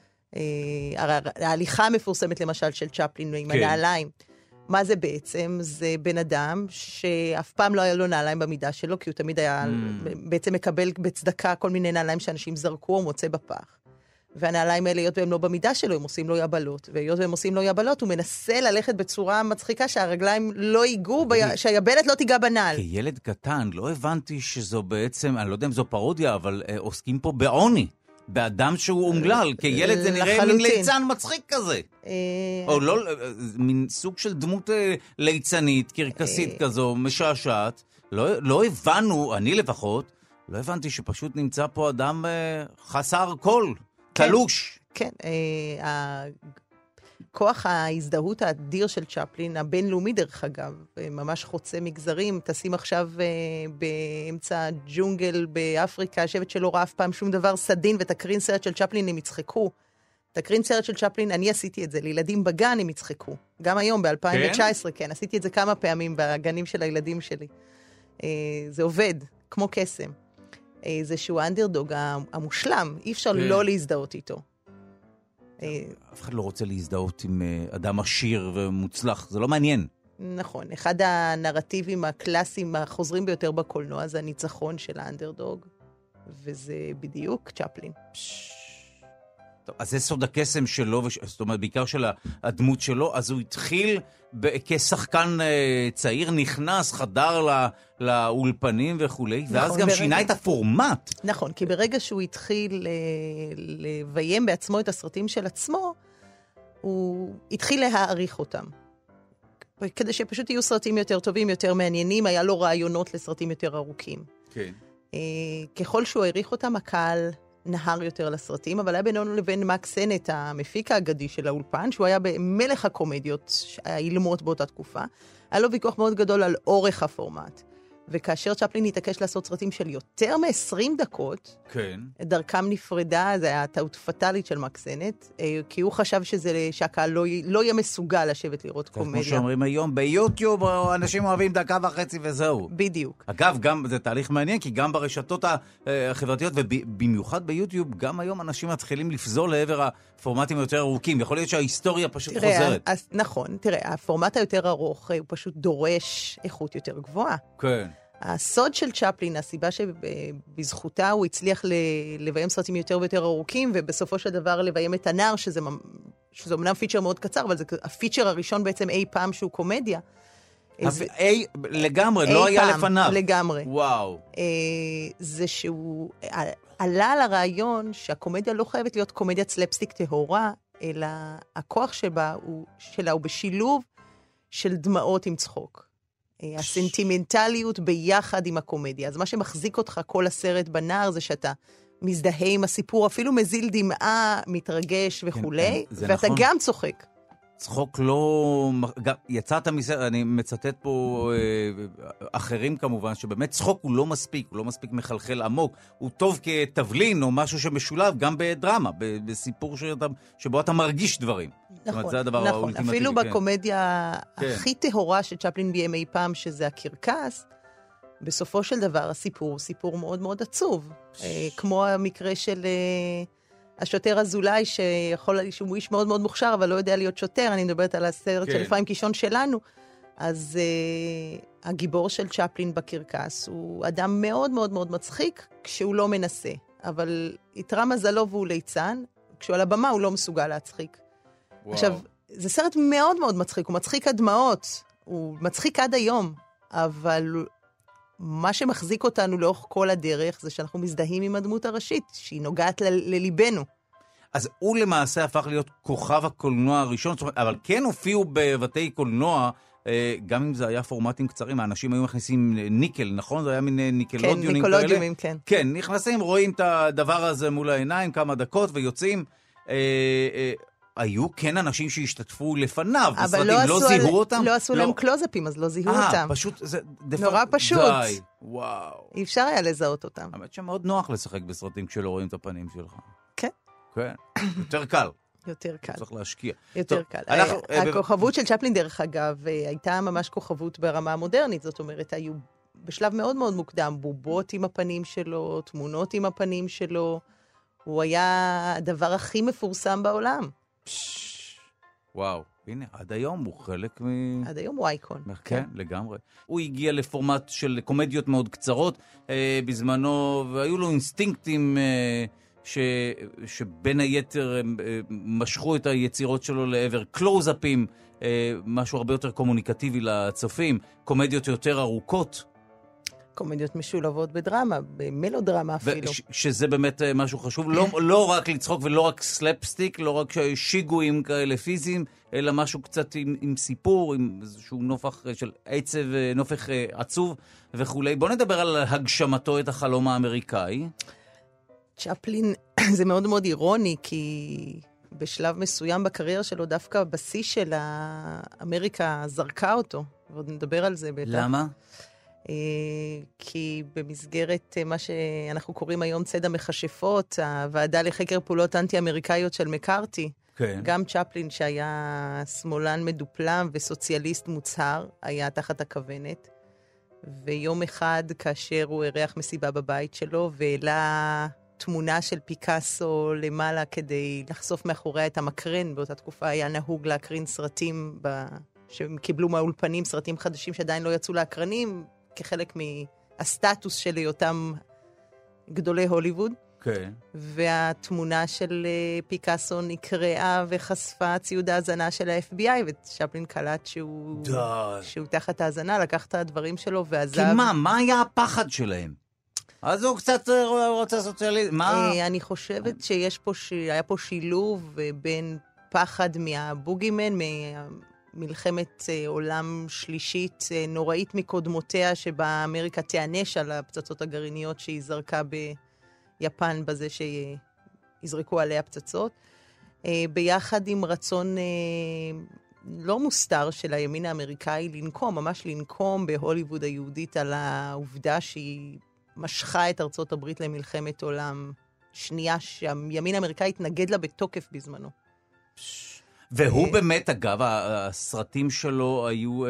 ההליכה המפורסמת למשל של צ'פלין עם הנעליים. מה זה בעצם? זה בן אדם שאף פעם לא היה לו נעליים במידה שלו, כי הוא תמיד היה בעצם מקבל בצדקה כל מיני נעליים שאנשים זרקו או מוצא בפח. והנעליים האלה, היות והם לא במידה שלו, הם עושים לו יבלות. והיות והם עושים לו יבלות, הוא מנסה ללכת בצורה מצחיקה שהרגליים לא ייגעו, שהיבלת לא תיגע בנעל. כילד קטן, לא הבנתי שזו בעצם, אני לא יודע אם זו פרודיה, אבל עוסקים פה בעוני. באדם שהוא אומלל. כילד זה נראה מין ליצן מצחיק כזה. או לא, מין סוג של דמות ליצנית, קרקסית כזו, משעשעת. לא הבנו, אני לפחות, לא הבנתי שפשוט נמצא פה אדם חסר קול. תלוש. כן, כוח ההזדהות האדיר של צ'פלין, הבינלאומי דרך אגב, ממש חוצה מגזרים, תשים עכשיו באמצע ג'ונגל באפריקה, השבט שלא ראה אף פעם שום דבר סדין, ותקרין סרט של צ'פלין הם יצחקו. תקרין סרט של צ'פלין, אני עשיתי את זה, לילדים בגן הם יצחקו. גם היום, ב-2019, כן, עשיתי את זה כמה פעמים בגנים של הילדים שלי. זה עובד, כמו קסם. זה שהוא האנדרדוג המושלם, אי אפשר לא להזדהות איתו. אף אחד לא רוצה להזדהות עם אדם עשיר ומוצלח, זה לא מעניין. נכון, אחד הנרטיבים הקלאסיים החוזרים ביותר בקולנוע זה הניצחון של האנדרדוג, וזה בדיוק צ'פלין. טוב, אז זה סוד הקסם שלו, זאת אומרת, בעיקר של הדמות שלו, אז הוא התחיל כשחקן צעיר, נכנס, חדר לאולפנים וכו', ואז גם שינה את הפורמט. נכון, כי ברגע שהוא התחיל לביים בעצמו את הסרטים של עצמו, הוא התחיל להעריך אותם. כדי שפשוט יהיו סרטים יותר טובים, יותר מעניינים, היה לו רעיונות לסרטים יותר ארוכים. כן. ככל שהוא העריך אותם, הקהל נהר יותר לסרטים, אבל היה בינינו לבין מקס סנט, המפיק האגדי של האולפן, שהוא היה במלך הקומדיות האילמות באותה תקופה, היה לו ויכוח מאוד גדול על אורך הפורמט. וכאשר צ'פלין התעקש לעשות סרטים של יותר מ-20 דקות, כן. דרכם נפרדה, זה היה טעות פטלית של מקס סנט, כי הוא חשב שהקהל לא יהיה מסוגל לשבת לראות קומדיה. כמו שאומרים היום, ביוטיוב אנשים אוהבים דקה וחצי וזהו. בדיוק. אגב, גם זה תהליך מעניין, כי גם ברשתות החברתיות, ובמיוחד ביוטיוב, גם היום אנשים מתחילים לפזול לעבר הפורמטים היותר ארוכים. יכול להיות שההיסטוריה פשוט חוזרת. נכון, תראה, הפורמט היותר ארוך הוא פשוט דורש איכות יותר גבוהה. כן. הסוד של צ'פלין, הסיבה שבזכותה הוא הצליח לביים סרטים יותר ויותר ארוכים, ובסופו של דבר לביים את הנער, שזה אמנם פיצ'ר מאוד קצר, אבל זה הפיצ'ר הראשון בעצם אי פעם שהוא קומדיה. לגמרי, לא היה לפניו. לגמרי. וואו. זה שהוא עלה על הרעיון שהקומדיה לא חייבת להיות קומדיה סלפסטיק טהורה, אלא הכוח שלה הוא בשילוב של דמעות עם צחוק. הסנטימנטליות ביחד עם הקומדיה. אז מה שמחזיק אותך כל הסרט בנער זה שאתה מזדהה עם הסיפור, אפילו מזיל דמעה, מתרגש וכו', ואתה גם צוחק. צחוק לא... יצאת מסרט, אני מצטט פה אחרים כמובן, שבאמת צחוק הוא לא מספיק מחלחל עמוק. הוא טוב כתבלין או משהו שמשולב גם בדרמה, בסיפור שבו אתה מרגיש דברים. נכון, זה הדבר האולטימטיבי. אפילו בקומדיה הכי טהורה שצ'פלין ביים אי פעם, שזה הקרקס, בסופו של דבר הסיפור הוא סיפור מאוד מאוד עצוב. כמו המקרה של... השוטר הזולאי שהוא איש מאוד מאוד מוכשר, אבל לא יודע להיות שוטר, אני מדברת על הסרט של אפרים קישון שלנו, אז הגיבור של צ'פלין בקרקס הוא אדם מאוד מאוד מאוד מצחיק, כשהוא לא מנסה, אבל יתרה מזלו והוא ליצן, כשהוא על הבמה הוא לא מסוגל להצחיק. וואו. עכשיו, זה סרט מאוד מאוד מצחיק, הוא מצחיק עד דמעות, הוא מצחיק עד היום, אבל... מה שמחזיק אותנו לאורך כל הדרך, זה שאנחנו מזדהים עם הדמות הראשית, שהיא נוגעת לליבנו. אז הוא למעשה הפך להיות כוכב הקולנוע הראשון, אבל כן הופיעו בבתי קולנוע גם אם זה היה פורמטים קצרים, האנשים היו מכניסים ניקל, נכון? זה היה מין ניקלודיונים כאלה? כן, ניקלודיונים, כן. כן, נכנסים, רואים את הדבר הזה מול העיניים, כמה דקות, ויוצאים. היו כן אנשים שהשתתפו לפניו, בסרטים, לא זיהו אותם? לא עשו להם קלוזאפים, אז לא זיהו אותם. פשוט, זה נורא פשוט. די, וואו. אי אפשר היה לזהות אותם. האמת שמאוד נוח לשחק בסרטים כשלא רואים את הפנים שלך. כן. כן, יותר קל. יותר קל. צריך להשקיע. יותר קל. הכוכבות של צ'פלין, דרך אגב, הייתה ממש כוכבות ברמה המודרנית, זאת אומרת, היו בשלב מאוד מאוד מוקדם, בובות עם הפנים שלו, תמונות עם הפנים שלו, הוא היה הדבר הכי מפורסם בעולם. וואו, הנה, עד היום הוא חלק עד היום הוא אייקון. כן, לגמרי. הוא הגיע לפורמט של קומדיות מאוד קצרות בזמנו, והיו לו אינסטינקטים שבין היתר משכו את היצירות שלו לעבר קלוזאפים, משהו הרבה יותר קומוניקטיבי לצופים, קומדיות יותר ארוכות. קומדיות משולבות בדרמה, במלודרמה אפילו. שזה באמת משהו חשוב, לא רק לצחוק ולא רק סלפסטיק, לא רק שיגועים כאלה פיזיים, אלא משהו קצת עם סיפור, עם איזשהו נופח של עצב, נופח עצוב וכולי. בוא נדבר על הגשמתו את החלום האמריקאי. צ'פלין, זה מאוד מאוד אירוני, כי בשלב מסוים בקריירה שלו, דווקא בשיא של אמריקה זרקה אותו, ועוד נדבר על זה בטח. למה? כי במסגרת מה שאנחנו קוראים היום צד המכשפות, הוועדה לחקר פעולות אנטי-אמריקאיות של מקארתי, כן. גם צ'פלין שהיה שמאלן מדופלם וסוציאליסט מוצהר, היה תחת הכוונת, ויום אחד כאשר הוא ערך מסיבה בבית שלו, והעלה תמונה של פיקאסו למעלה כדי לחשוף מאחוריה את המקרן, באותה תקופה היה נהוג להקרין סרטים שהם קיבלו מהאולפנים, סרטים חדשים שעדיין לא יצאו להקרנים, כחלק מהסטטוס של היותם גדולי הוליווד. כן. והתמונה של פיקאסו נקראה וחשפה ציוד ההזנה של ה-FBI, וצ'פלין קלט שהוא תחת ההזנה, לקח את הדברים שלו ועזב. כי מה היה הפחד שלהם? אז הוא קצת רוצה סוציאליזם. מה? אני חושבת שהיה פה שילוב בין פחד מהבוגימן, מלחמת עולם שלישית נוראית מקודמותיה, שבה אמריקה תענש על הפצצות הגרעיניות שהיא זרקה ביפן בזה שיזרקו עליה פצצות, ביחד עם רצון לא מוסתר של הימין האמריקאי לנקום, ממש לנקום בהוליווד היהודית על העובדה שהיא משכה את ארצות הברית למלחמת עולם שנייה, שהימין האמריקאי התנגד לה בתוקף בזמנו. והוא באמת, אגב, הסרטים שלו היו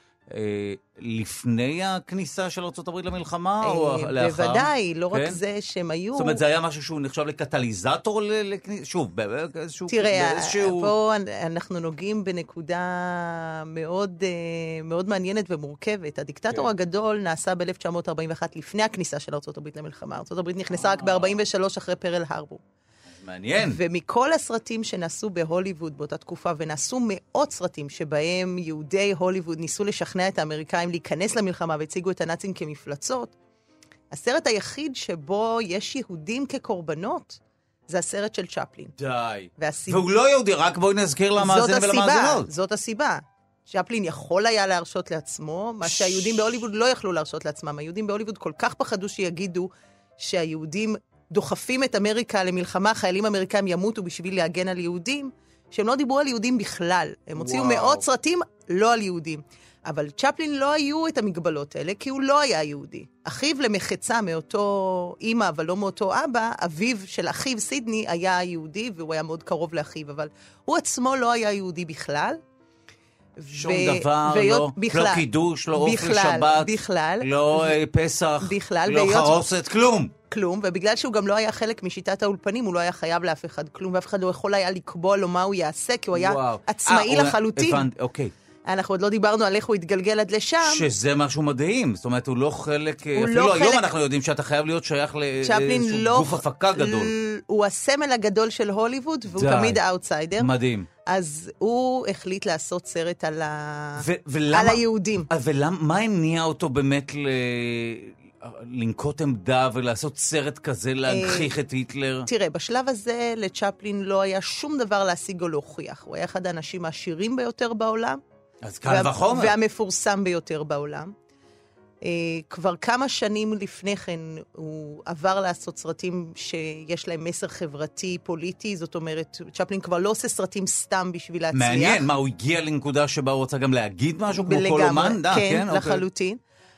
לפני הכניסה של ארצות הברית למלחמה או לאחר? בוודאי, לא רק זה שהם היו... זאת אומרת, זה היה משהו שהוא נחשב לקטליזטור לכניסה? שוב, באיזשהו... תראה, פה אנחנו נוגעים בנקודה מאוד מאוד מעניינת ומורכבת. הדיקטטור הגדול נעשה ב-1941 לפני הכניסה של ארצות הברית למלחמה. ארצות הברית נכנסה רק ב-43 אחרי פרל הרבור. מעניין. ומכל הסרטים שנעשו בהוליווד באותה תקופה, ונעשו מאות סרטים שבהם יהודי הוליווד ניסו לשכנע את האמריקאים להיכנס למלחמה והציגו את הנאצים כמפלצות, הסרט היחיד שבו יש יהודים כקורבנות, זה הסרט של צ'פלין. די. והוא לא יהודי, רק בואי נזכיר למאזינים ולמאזינות. זאת הסיבה. צ'פלין יכול היה להרשות לעצמו, מה שהיהודים בהוליווד לא יכלו להרשות לעצמם. היהודים בהוליווד כל כך פחדו שיגידו שהיהודים דוחפים את אמריקה למלחמה, חיילים אמריקאים ימותו בשביל להגן על יהודים, שהם לא דיברו על יהודים בכלל. הם הוציאו מאות סרטים לא על יהודים. אבל צ'פלין לא היו את המגבלות האלה, כי הוא לא היה יהודי. אחיו למחצה מאותו אמא, אבל לא מאותו אבא, אביו של אחיו סידני היה יהודי, והוא היה מאוד קרוב לאחיו, אבל הוא עצמו לא היה יהודי בכלל. שום דבר, לא קידוש, לא אוף לשבת, לא פסח, לא חרוסת, כלום. כלום, ובגלל שהוא גם לא היה חלק משיטת האולפנים, הוא לא היה חייב לאף אחד כלום, ואף אחד לא יכול היה לקבוע לו מה הוא יעשה, כי הוא היה עצמאי לחלוטין. אוקיי. אנחנו עוד לא דיברנו על איך הוא התגלגל עד לשם. שזה משהו מדהים, זאת אומרת, הוא לא חלק, אפילו היום אנחנו יודעים שאתה חייב להיות שייך לאיזשהו גוף הפקה גדול. הוא הסמל הגדול של הוליווד, והוא תמיד האוטסיידר. מדהים. אז הוא החליט לעשות סרט על היהודים. ומה הניע אותו באמת לנקוט עמדה ולעשות סרט כזה, להגחיך את היטלר? תראה, בשלב הזה לצ'פלין לא היה שום דבר להשיג או להוכיח. הוא היה אחד האנשים העשירים ביותר בעולם. אז קל וחומר. והמפורסם ביותר בעולם. כבר כמה שנים לפני כן הוא עבר לעשות סרטים שיש להם מסר חברתי, פוליטי, זאת אומרת, צ'פלין כבר לא עושה סרטים סתם בשביל להצליח. מעניין, מה, הוא הגיע לנקודה שבה הוא רוצה גם להגיד משהו, כמו כל אומן? כן, לחלוטין.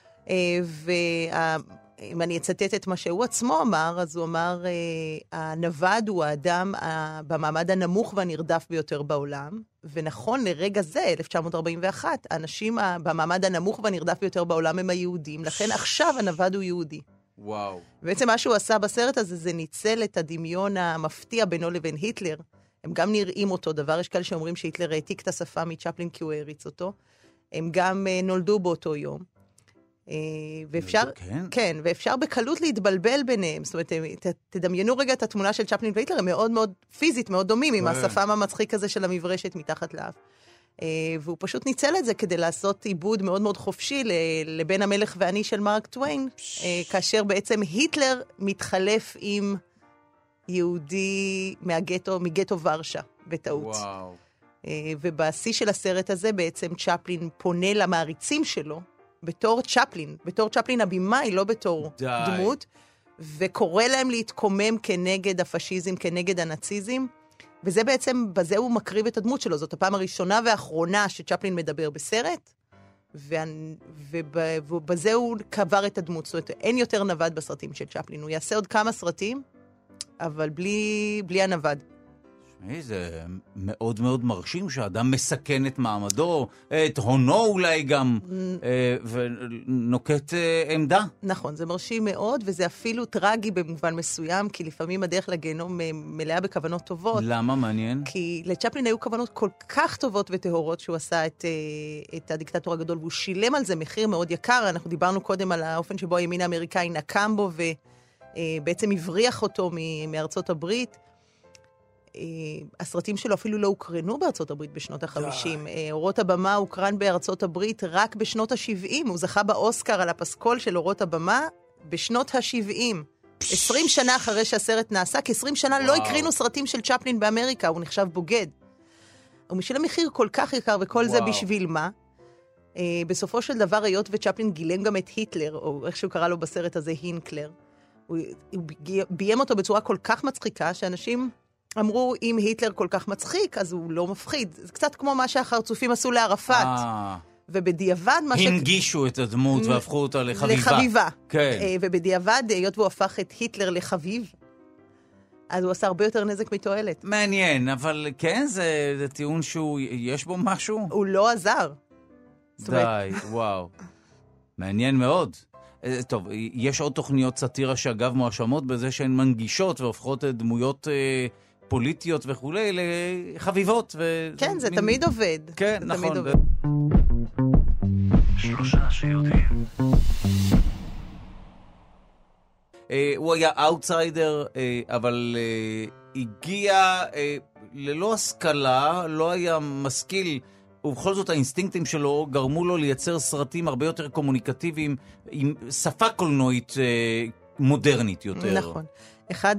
אם אני אצטט את מה שהוא עצמו אמר, אז הוא אמר, הנווד הוא האדם במעמד הנמוך והנרדף ביותר בעולם, ונכון לרגע זה, 1941, האנשים במעמד הנמוך והנרדף ביותר בעולם הם היהודים, לכן עכשיו הנווד הוא יהודי. וואו. בעצם מה שהוא עשה בסרט הזה, זה ניצל את הדמיון המפתיע בינו לבין היטלר. הם גם נראים אותו דבר, יש כאלה שאומרים שהיטלר העתיק את השפה מצ'פלין כי הוא העריץ אותו. הם גם נולדו באותו יום. ואפשר, כן, ואפשר בקלות להתבלבל ביניהם. זאת אומרת, תדמיינו רגע את התמונה של צ'פלין והיטלר, הם מאוד מאוד פיזית, מאוד דומים, עם השפם המצחיק הזה של המברשת מתחת לאף. והוא פשוט ניצל את זה כדי לעשות עיבוד מאוד מאוד חופשי לבן המלך ואני של מארק טוויין, כאשר בעצם היטלר מתחלף עם יהודי מגטו ורשה, בטעות. וואו. ובשיא של הסרט הזה בעצם צ'פלין פונה למעריצים שלו, בתור צ'פלין הבימאי, לא בתור דמות, וקורא להם להתקומם כנגד הפשיזם, כנגד הנאציזם, וזה בעצם, בזה הוא מקריב את הדמות שלו. זאת הפעם הראשונה והאחרונה שצ'פלין מדבר בסרט, ובזה הוא קבר את הדמות. זאת אומרת, אין יותר נווד בסרטים של צ'פלין. הוא יעשה עוד כמה סרטים, אבל בלי הנווד. זה מאוד מאוד מרשים שהאדם מסכן את מעמדו, את הונו אולי גם, ונוקט עמדה. נכון, זה מרשים מאוד, וזה אפילו טרגי במובן מסוים, כי לפעמים הדרך לגיהנום מלאה בכוונות טובות. למה? מעניין? כי לצ'פלין היו כוונות כל כך טובות וטהורות שהוא עשה את הדיקטטור הגדול, והוא שילם על זה מחיר מאוד יקר. אנחנו דיברנו קודם על האופן שבו הימין האמריקאי נקם בו, ובעצם הבריח אותו מארצות הברית. הסרטים שלו אפילו לא הוקרנו בארצות הברית בשנות ה-50. אורות הבמה הוקרן בארצות הברית רק בשנות ה-70. הוא זכה באוסקר על הפסקול של אורות הבמה בשנות ה-70. 20 שנה אחרי שהסרט נעשה, כ-20 שנה לא הקרינו סרטים של צ'פלין באמריקה, הוא נחשב בוגד. הוא משל המחיר כל כך יקר, וכל זה בשביל מה? בסופו של דבר, היות וצ'פלין גילם גם את היטלר, או איך שהוא קרא לו בסרט הזה, הינקלר. הוא ביים אותו בצורה כל כך מצחיקה, שאנשים אמרו, אם היטלר כל כך מצחיק, אז הוא לא מפחיד. זה קצת כמו מה שהחרצופים עשו לערפאת. ובדיעבד מה הנגישו את הדמות והפכו אותה לחביבה. לחביבה. כן. ובדיעבד, היות והוא הפך את היטלר לחביב, אז הוא עשה הרבה יותר נזק מתועלת. מעניין, אבל כן, זה טיעון שהוא, יש בו משהו? הוא לא עזר. די, וואו. מעניין מאוד. טוב, יש עוד תוכניות סאטירה שאגב מואשמות בזה שהן מנגישות והופכות דמויות פוליטיות וכולי לחביבות. כן, זה תמיד עובד. כן, נכון. שלושה שיודעים. הוא היה אאוטסיידר, אבל הגיע ללא השכלה, לא היה משכיל, ובכל זאת האינסטינקטים שלו גרמו לו לייצר סרטים הרבה יותר קומוניקטיביים, עם שפה קולנועית מודרנית יותר. נכון. אחד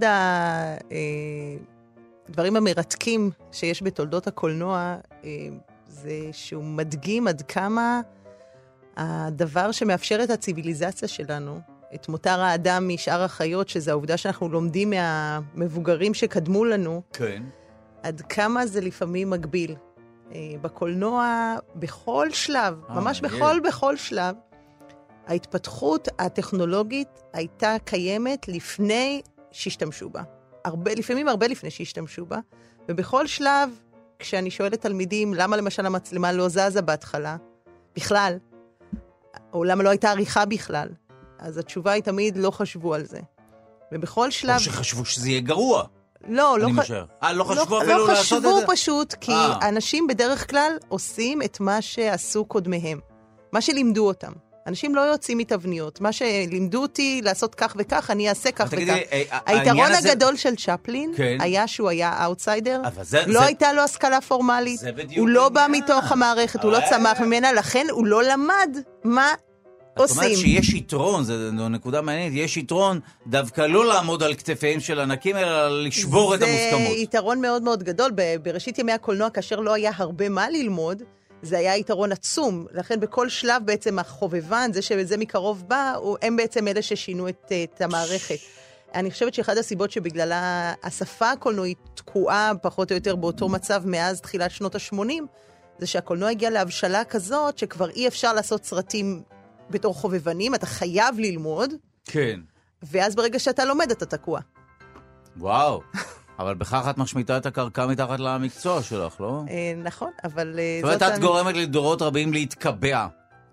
הדברים המרתקים שיש בתולדות הקולנוע, זה שהוא מדגים עד כמה הדבר שמאפשר את הציביליזציה שלנו, את מותר האדם משאר החיות, שזה העובדה שאנחנו לומדים מהמבוגרים שקדמו לנו, כן. עד כמה זה לפעמים מגביל. בקולנוע, בכל שלב, ממש בכל שלב, ההתפתחות הטכנולוגית הייתה קיימת לפני שהשתמשו בה. לפעמים הרבה לפני שהשתמשו בה, ובכל שלב, כשאני שואלת תלמידים, למה למשל המצלמה לא זזה בהתחלה, בכלל, או למה לא הייתה עריכה בכלל, אז התשובה היא תמיד לא חשבו על זה. ובכל שלב... או שחשבו שזה יהיה גרוע. לא חשבו אפילו לעשות את זה? לא חשבו פשוט, כי אנשים בדרך כלל עושים את מה שעשו קודמיהם. מה שלימדו אותם. אנשים לא יוצאים מתבניות. מה שלימדו אותי לעשות כך וכך, אני אעשה כך וכך. היתרון הגדול של צ'פלין היה שהוא היה אאוטסיידר. לא הייתה לו השכלה פורמלית. הוא לא בא מתוך המערכת, הוא לא צמח ממנה, לכן הוא לא למד מה עושים. זאת אומרת שיש יתרון, זו נקודה מעניינת, יש יתרון דווקא לא לעמוד על כתפיהם של ענקים, אלא לשבור את המוסכמות. זה יתרון מאוד מאוד גדול. בראשית ימי הקולנוע, כאשר לא היה הרבה מה ללמוד, זה היה יתרון עצום, לכן בכל שלב בעצם החובבן, זה שזה מקרוב בא, הם בעצם אלה ששינו את המערכת. אני חושבת שאחד הסיבות שבגללה השפה הקולנועית תקועה פחות או יותר באותו מצב מאז תחילת שנות ה-80, זה שהקולנוע הגיע להבשלה כזאת שכבר אי אפשר לעשות סרטים בתור חובבנים, אתה חייב ללמוד. כן. ואז ברגע שאתה לומד אתה תקוע. וואו. אבל בכך את משמיטה את הקרקע מתחת למקצוע שלך, לא? נכון, אבל... זאת אומרת, את גורמת לדורות רבים להתקבע.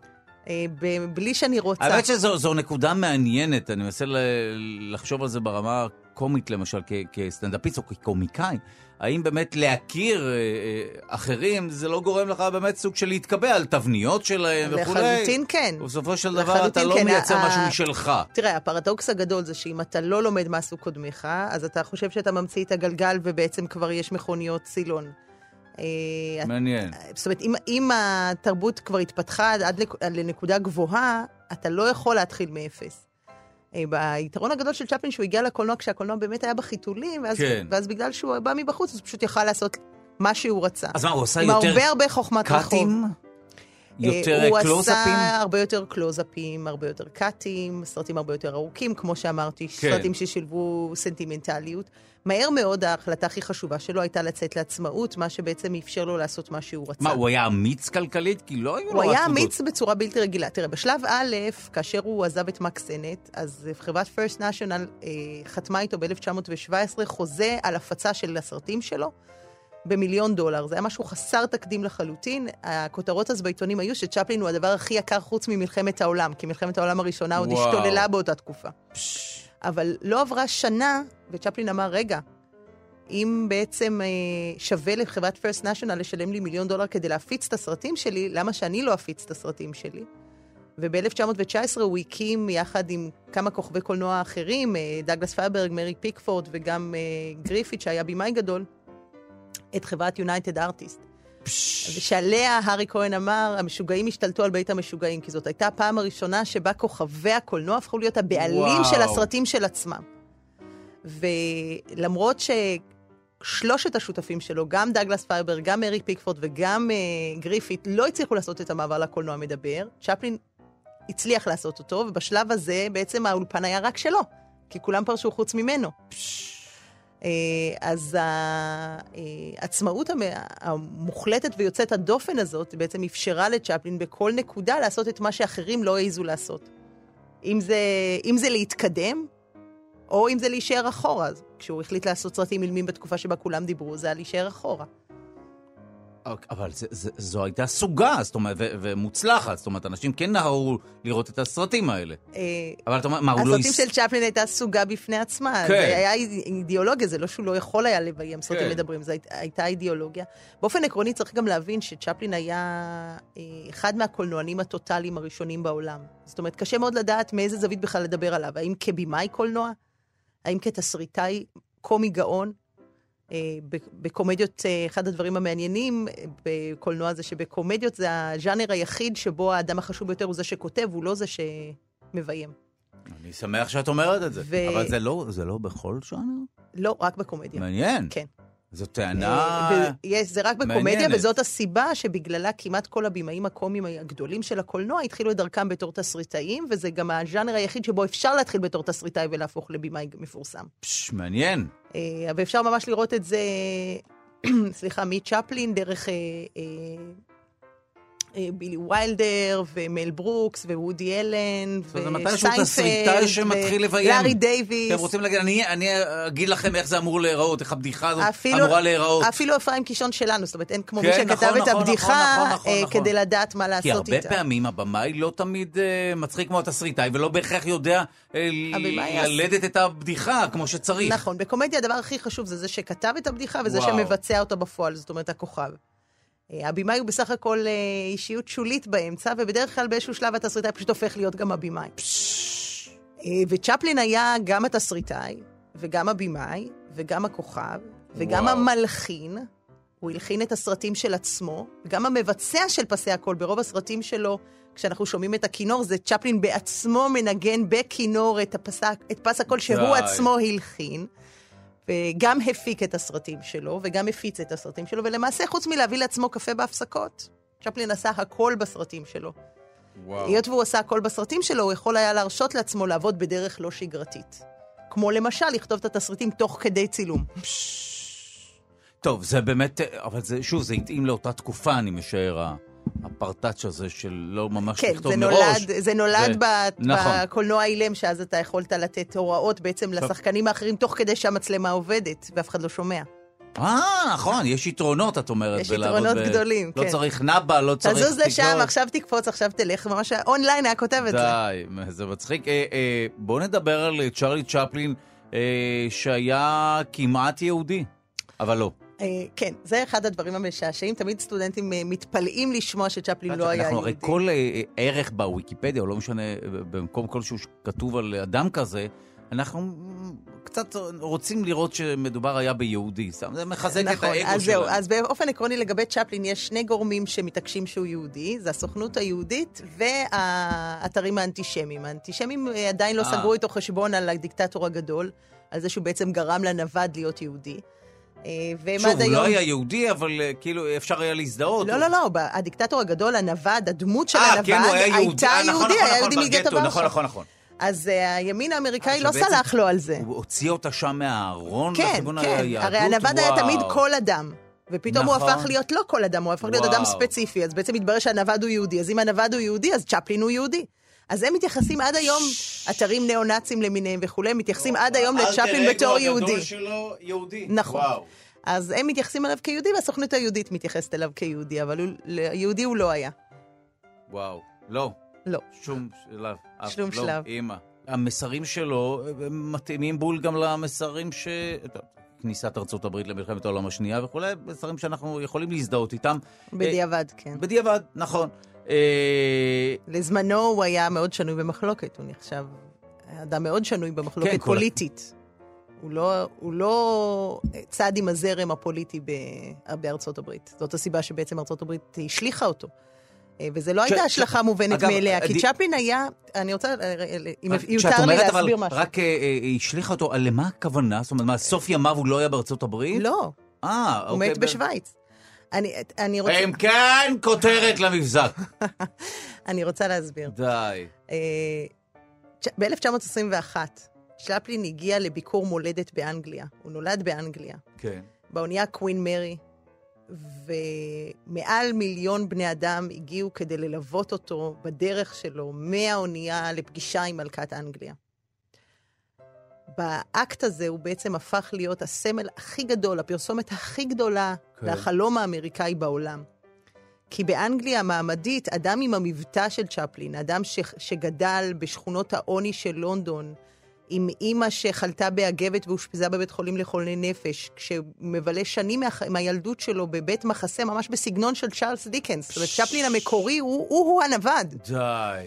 בלי שאני רוצה. האמת שזו נקודה מעניינת, אני מנסה לחשוב על זה ברמה קומית, למשל, כסטנדאפיסט או כקומיקאי. האם באמת להכיר אחרים, זה לא גורם לך באמת סוג של להתקבע על תבניות שלהם וכו'. לחלוטין כן. ובסופו של דבר אתה לא מייצר משהו משלך. תראה, הפרדוקס הגדול זה שאם אתה לא לומד מה עשו קודמיך, אז אתה חושב שאתה ממציא את הגלגל ובעצם כבר יש מכוניות סילון. מעניין. זאת אומרת, אם התרבות כבר התפתחה עד לנקודה גבוהה, אתה לא יכול להתחיל מאפס. ביתרון הגדול של צ'פלין שהוא הגיע לקולנוע כשהקולנוע באמת היה בחיתולים, ואז בגלל שהוא בא מבחוץ, אז פשוט יכל לעשות מה שהוא רצה. אז מה, הוא עשה יותר הרבה חוכמת קאטים? יותר קלוזאפים? הוא עשה הרבה יותר קלוזאפים, הרבה יותר קאטים, סרטים הרבה יותר ארוכים, כמו שאמרתי, סרטים ששילבו סנטימנטליות. מהר מאוד ההחלטה הכי חשובה שלו הייתה לצאת לעצמאות, מה שבעצם אפשר לו לעשות מה שהוא רצה. מה, הוא היה אמיץ כלכלית? כי לא היו לו הוא היה אמיץ בצורה בלתי רגילה. תראה, בשלב א', כאשר הוא עזב את מקסנט, אז חברת First National חתמה איתו ב-1917 חוזה על הפצה של הסרטים שלו, $1,000,000. זה היה משהו חסר תקדים לחלוטין. הכותרות אז בעיתונים היו שצ'פלין הוא הדבר הכי יקר חוץ ממלחמת העולם, כי מלחמת העולם הראשונה עוד השתוללה באותה תקופה. אבל לא עברה שנה, וצ'פלין אמר, רגע, אם בעצם שווה לחברת First National לשלם לי $1,000,000 כדי להפיץ את הסרטים שלי, למה שאני לא אפיץ את הסרטים שלי? וב-1919 הוא הקים יחד עם כמה כוכבי קולנוע אחרים, דאגלס פייברג, מרי פיקפורד וגם גריפיט שהיה בימאי גדול, את חברת United Artists. ושעליה הארי כהן אמר, המשוגעים השתלטו על בית המשוגעים, כי זאת הייתה הפעם הראשונה שבה כוכבי הקולנוע הפכו להיות הבעלים של הסרטים של עצמם. ולמרות ששלושת השותפים שלו, גם דאגלס פייברג, גם מרי פיקפורד וגם גריפיט, לא הצליחו לעשות את המעבר לקולנוע מדבר, צ'פלין הצליח לעשות אותו, ובשלב הזה בעצם האולפן היה רק שלו, כי כולם פרשו חוץ ממנו. אז העצמאות המוחלטת ויוצאת הדופן הזאת בעצם אפשרה לצ'פלין בכל נקודה לעשות את מה שאחרים לא העיזו לעשות. אם זה להתקדם, או אם זה להישאר אחורה. אז כשהוא החליט לעשות סרטים אילמים בתקופה שבה כולם דיברו, זה היה להישאר אחורה. אבל זו הייתה סוגה, זאת אומרת, ומוצלחת, זאת אומרת, אנשים כן נהרו לראות את הסרטים האלה. אבל אתה אומר, מה, הוא לא... הסרטים של צ'פלין הייתה סוגה בפני עצמה, זה היה אידיאולוגיה, זה לא שהוא לא יכול היה לביים סרטים מדברים, זו הייתה אידיאולוגיה. באופן עקרוני צריך גם להבין שצ'פלין היה אחד מהקולנוענים הטוטליים הראשונים בעולם. זאת אומרת, קשה מאוד לדעת מאיזה זווית בכלל לדבר עליו, האם כבימאי קולנוע, האם כתסריטאי קומי גאון, בקומדיות, אחד הדברים המעניינים בקולנוע זה שבקומדיות זה הז'אנר היחיד שבו האדם החשוב ביותר הוא זה שכותב, הוא לא זה שמביים. אני שמח שאת אומרת את זה. אבל זה לא בכל ז'אנר? לא, רק בקומדיה. מעניין. כן. זו טענה... זה רק בקומדיה, וזאת הסיבה שבגללה כמעט כל הבימאים הקומיים הגדולים של הקולנוע התחילו את דרכם בתור תסריטאים, וזה גם הז'אנר היחיד שבו אפשר להתחיל בתור תסריטאי ולהפוך לבימאי מפורסם. מעניין. ואפשר ממש לראות את זה, סליחה, מצ'פלין, דרך בילי ויילדר, ומל ברוקס, ווודי אלן, זה מתישהו תסריטאי שמתחיל לביים. לארי דייביס. אתם רוצים להגיד, אני אגיד לכם איך זה אמור להיראות, איך הבדיחה הזאת אמורה להיראות. אפילו אפרים קישון שלנו, זאת אומרת, אין כמו מי שכתב את הבדיחה, כדי לדעת מה לעשות איתה. כי הרבה פעמים הבמאי לא תמיד מצחיק כמו התסריטאי, ולא בהכרח יודע ללדת את הבדיחה כמו שצריך. נכון, בקומדיה הדבר הכי חשוב זה שכתב את הבדיחה, וזה שמבצע אותה בפועל, זאת אומרת, הכוכב. הבימאי הוא בסך הכל אישיות שולית באמצע, ובדרך כלל באיזשהו שלב התסריטאי פשוט הופך להיות גם הבימאי. וצ'פלין היה גם התסריטאי, וגם הבימאי, וגם הכוכב, וגם המלחין. הוא הלחין את הסרטים של עצמו, וגם המבצע של פסי הכל. ברוב הסרטים שלו, כשאנחנו שומעים את הכינור, זה צ'פלין בעצמו מנגן בכינור את פס הכל שהוא עצמו הלחין. וגם הפיק את הסרטים שלו, וגם הפיץ את הסרטים שלו, ולמעשה חוץ מלהביא לעצמו קפה בהפסקות, צ'פלין עשה הכל בסרטים שלו. וואו. היות והוא עשה הכל בסרטים שלו, הוא יכול היה להרשות לעצמו לעבוד בדרך לא שגרתית. כמו למשל, לכתוב את התסריטים תוך כדי צילום. טוב, זה באמת, אבל זה, שוב, זה התאים לאותה תקופה, אני משער, הפרטאץ' הזה של לא ממש לכתוב מראש. כן, זה נולד בקולנוע אילם, שאז אתה יכולת לתת הוראות בעצם לשחקנים האחרים, תוך כדי שהמצלמה עובדת, ואף אחד לא שומע. נכון, יש יתרונות, את אומרת. יש יתרונות גדולים, כן. לא צריך נבא, לא צריך תזוז לשם, עכשיו תקפוץ, עכשיו תלך, ממש אונליין היה כותב את זה. די, זה מצחיק. בואו נדבר על צ'רלי צ'פלין, שהיה כמעט יהודי, אבל לא. כן, זה אחד הדברים המשעשעים. תמיד סטודנטים מתפלאים לשמוע שצ'פלין לא היה יהודי. הרי כל ערך בוויקיפדיה, או לא משנה, במקום כלשהו שכתוב על אדם כזה, אנחנו קצת רוצים לראות שמדובר היה ביהודי. זה מחזק את האגו שלנו. אז זהו, אז באופן עקרוני לגבי צ'פלין יש שני גורמים שמתעקשים שהוא יהודי, זה הסוכנות היהודית והאתרים האנטישמיים. האנטישמיים עדיין לא סגרו איתו חשבון על הדיקטטור הגדול, על זה שהוא בעצם גרם לנווד להיות יהודי. שוב, הוא לא היה יהודי, אבל כאילו אפשר היה להזדהות. לא, הדיקטטור הגדול, הנווד, הדמות של הנווד, הייתה יהודי, היה יהודי מגטו ורשה. נכון. אז הימין האמריקאי לא סלח לו על זה. הוא הוציא אותה שם מהארון לכיוון היהדות. הרי הנווד היה תמיד כל אדם. ופתאום הוא הפך להיות לא כל אדם, הוא הפך להיות אדם ספציפי. אז בעצם מתברר שהנווד הוא יהודי. אז אם הנווד הוא יהודי, אז צ'פלין הוא יהודי. אז הם מתייחסים עד היום, אתרים נאו-נאצים למיניהם וכולי, מתייחסים עד היום לצ'פלין בתור יהודי. הגדול שלו יהודי. נכון. אז הם מתייחסים אליו כיהודי, והסוכנות היהודית מתייחסת אליו כיהודי, אבל יהודי הוא לא היה. וואו, לא. לא. שום שלב. שום שלב. אמא. המסרים שלו מתאימים בול גם למסרים כניסת ארצות הברית למלחמת העולם השנייה וכולי, מסרים שאנחנו יכולים להזדהות איתם. בדיעבד, כן. בדיעבד, נכון. לזמנו הוא היה מאוד שנוי במחלוקת, הוא נחשב אדם מאוד שנוי במחלוקת פוליטית. הוא לא צעד עם הזרם הפוליטי בארצות הברית. זאת הסיבה שבעצם ארצות הברית השליחה אותו. וזה לא הייתה השלכה מובנת מאליה, כי צ'פלין היה, אני רוצה, אם יותר לי להסביר משהו. רק השליחה אותו, למה הכוונה? זאת אומרת, מה, סוף ימיו הוא לא היה בארצות הברית? לא. הוא מת בשוויץ. הם כאן כותרת למבזק. אני רוצה להסביר. די. ב-1921, צ'פלין הגיע לביקור מולדת באנגליה. הוא נולד באנגליה. כן. באונייה קווין מרי, ומעל 1,000,000 בני אדם הגיעו כדי ללוות אותו בדרך שלו מהאונייה לפגישה עם מלכת אנגליה. באקט הזה הוא בעצם הפך להיות הסמל הכי גדול, הפרסומת הכי גדולה לחלום האמריקאי בעולם. כי באנגליה המעמדית, אדם עם המבטא של צ'פלין, אדם שגדל בשכונות העוני של לונדון, עם אמא שחלתה באגבת והושפזה בבית חולים לחולי נפש, כשמבלה שנים מהילדות שלו בבית מחסה, ממש בסגנון של צ'ארלס דיקנס. זאת אומרת, צ'פלין המקורי הוא הנווד. די.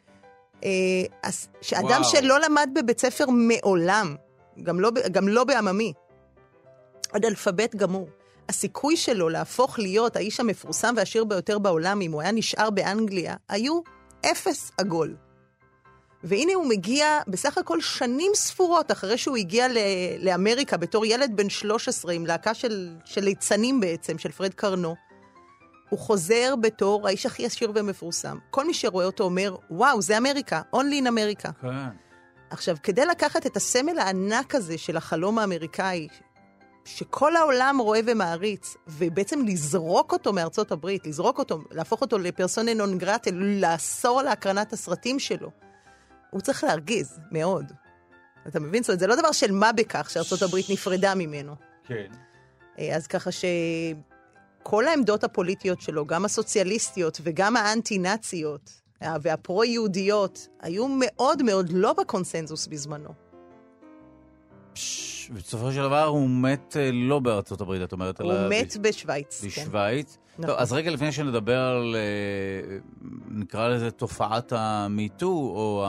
שאדם שלא למד בבית ספר מעולם, גם לא בעממי, עוד אלפבית גמור. הסיכוי שלו להפוך להיות האיש המפורסם והעשיר ביותר בעולם, אם הוא היה נשאר באנגליה, היו 0 עגול. והנה הוא מגיע בסך הכל שנים ספורות אחרי שהוא הגיע לאמריקה בתור ילד בן 13 עם להקה של ליצנים בעצם, של פרד קרנו. הוא חוזר בתור האיש הכי עשיר ומפורסם. כל מי שרואה אותו אומר, וואו, זה אמריקה, only in אמריקה. כן. עכשיו, כדי לקחת את הסמל הענק הזה של החלום האמריקאי, שכל העולם רואה ומעריץ, ובעצם לזרוק אותו מארצות הברית, לזרוק אותו, להפוך אותו לפרסונה נון גרטה, לאסור להקרנת הסרטים שלו, הוא צריך להרגיז מאוד. אתה מבין? זאת אומרת, זה לא דבר של מה בכך שארצות הברית נפרדה ממנו. כן. אז ככה שכל העמדות הפוליטיות שלו, גם הסוציאליסטיות וגם האנטי-נאציות והפרו-יהודיות, היו מאוד מאוד לא בקונסנזוס בזמנו. בסופו של דבר הוא מת לא בארצות הברית, את אומרת? הוא מת בשוויץ. בשוויץ. טוב, אז רגע לפני שנדבר על, נקרא לזה תופעת המיטו, או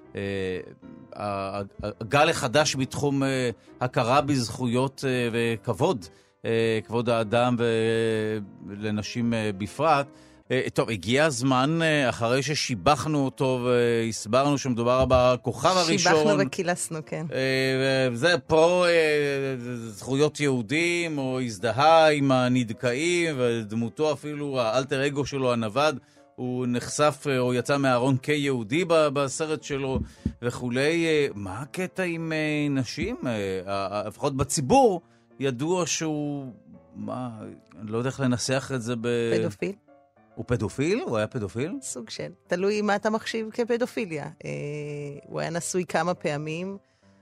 הגל החדש בתחום הכרה בזכויות וכבוד, כבוד האדם ולנשים בפרט, טוב, הגיע הזמן, אחרי ששיבחנו אותו והסברנו שמדובר בכוכב הראשון. שיבחנו וכילסנו, כן. זה פה זכויות יהודים, או הזדהה עם הנדכאים, ודמותו אפילו, האלטר אגו שלו, הנווד, הוא נחשף או יצא מהארון כיהודי בסרט שלו וכולי. מה הקטע עם נשים? לפחות בציבור ידוע שהוא, אני לא יודע איך לנסח את זה פדופיל. הוא פדופיל? הוא היה פדופיל? סוג של. תלוי מה אתה מחשיב כפדופיליה. הוא היה נשוי כמה פעמים.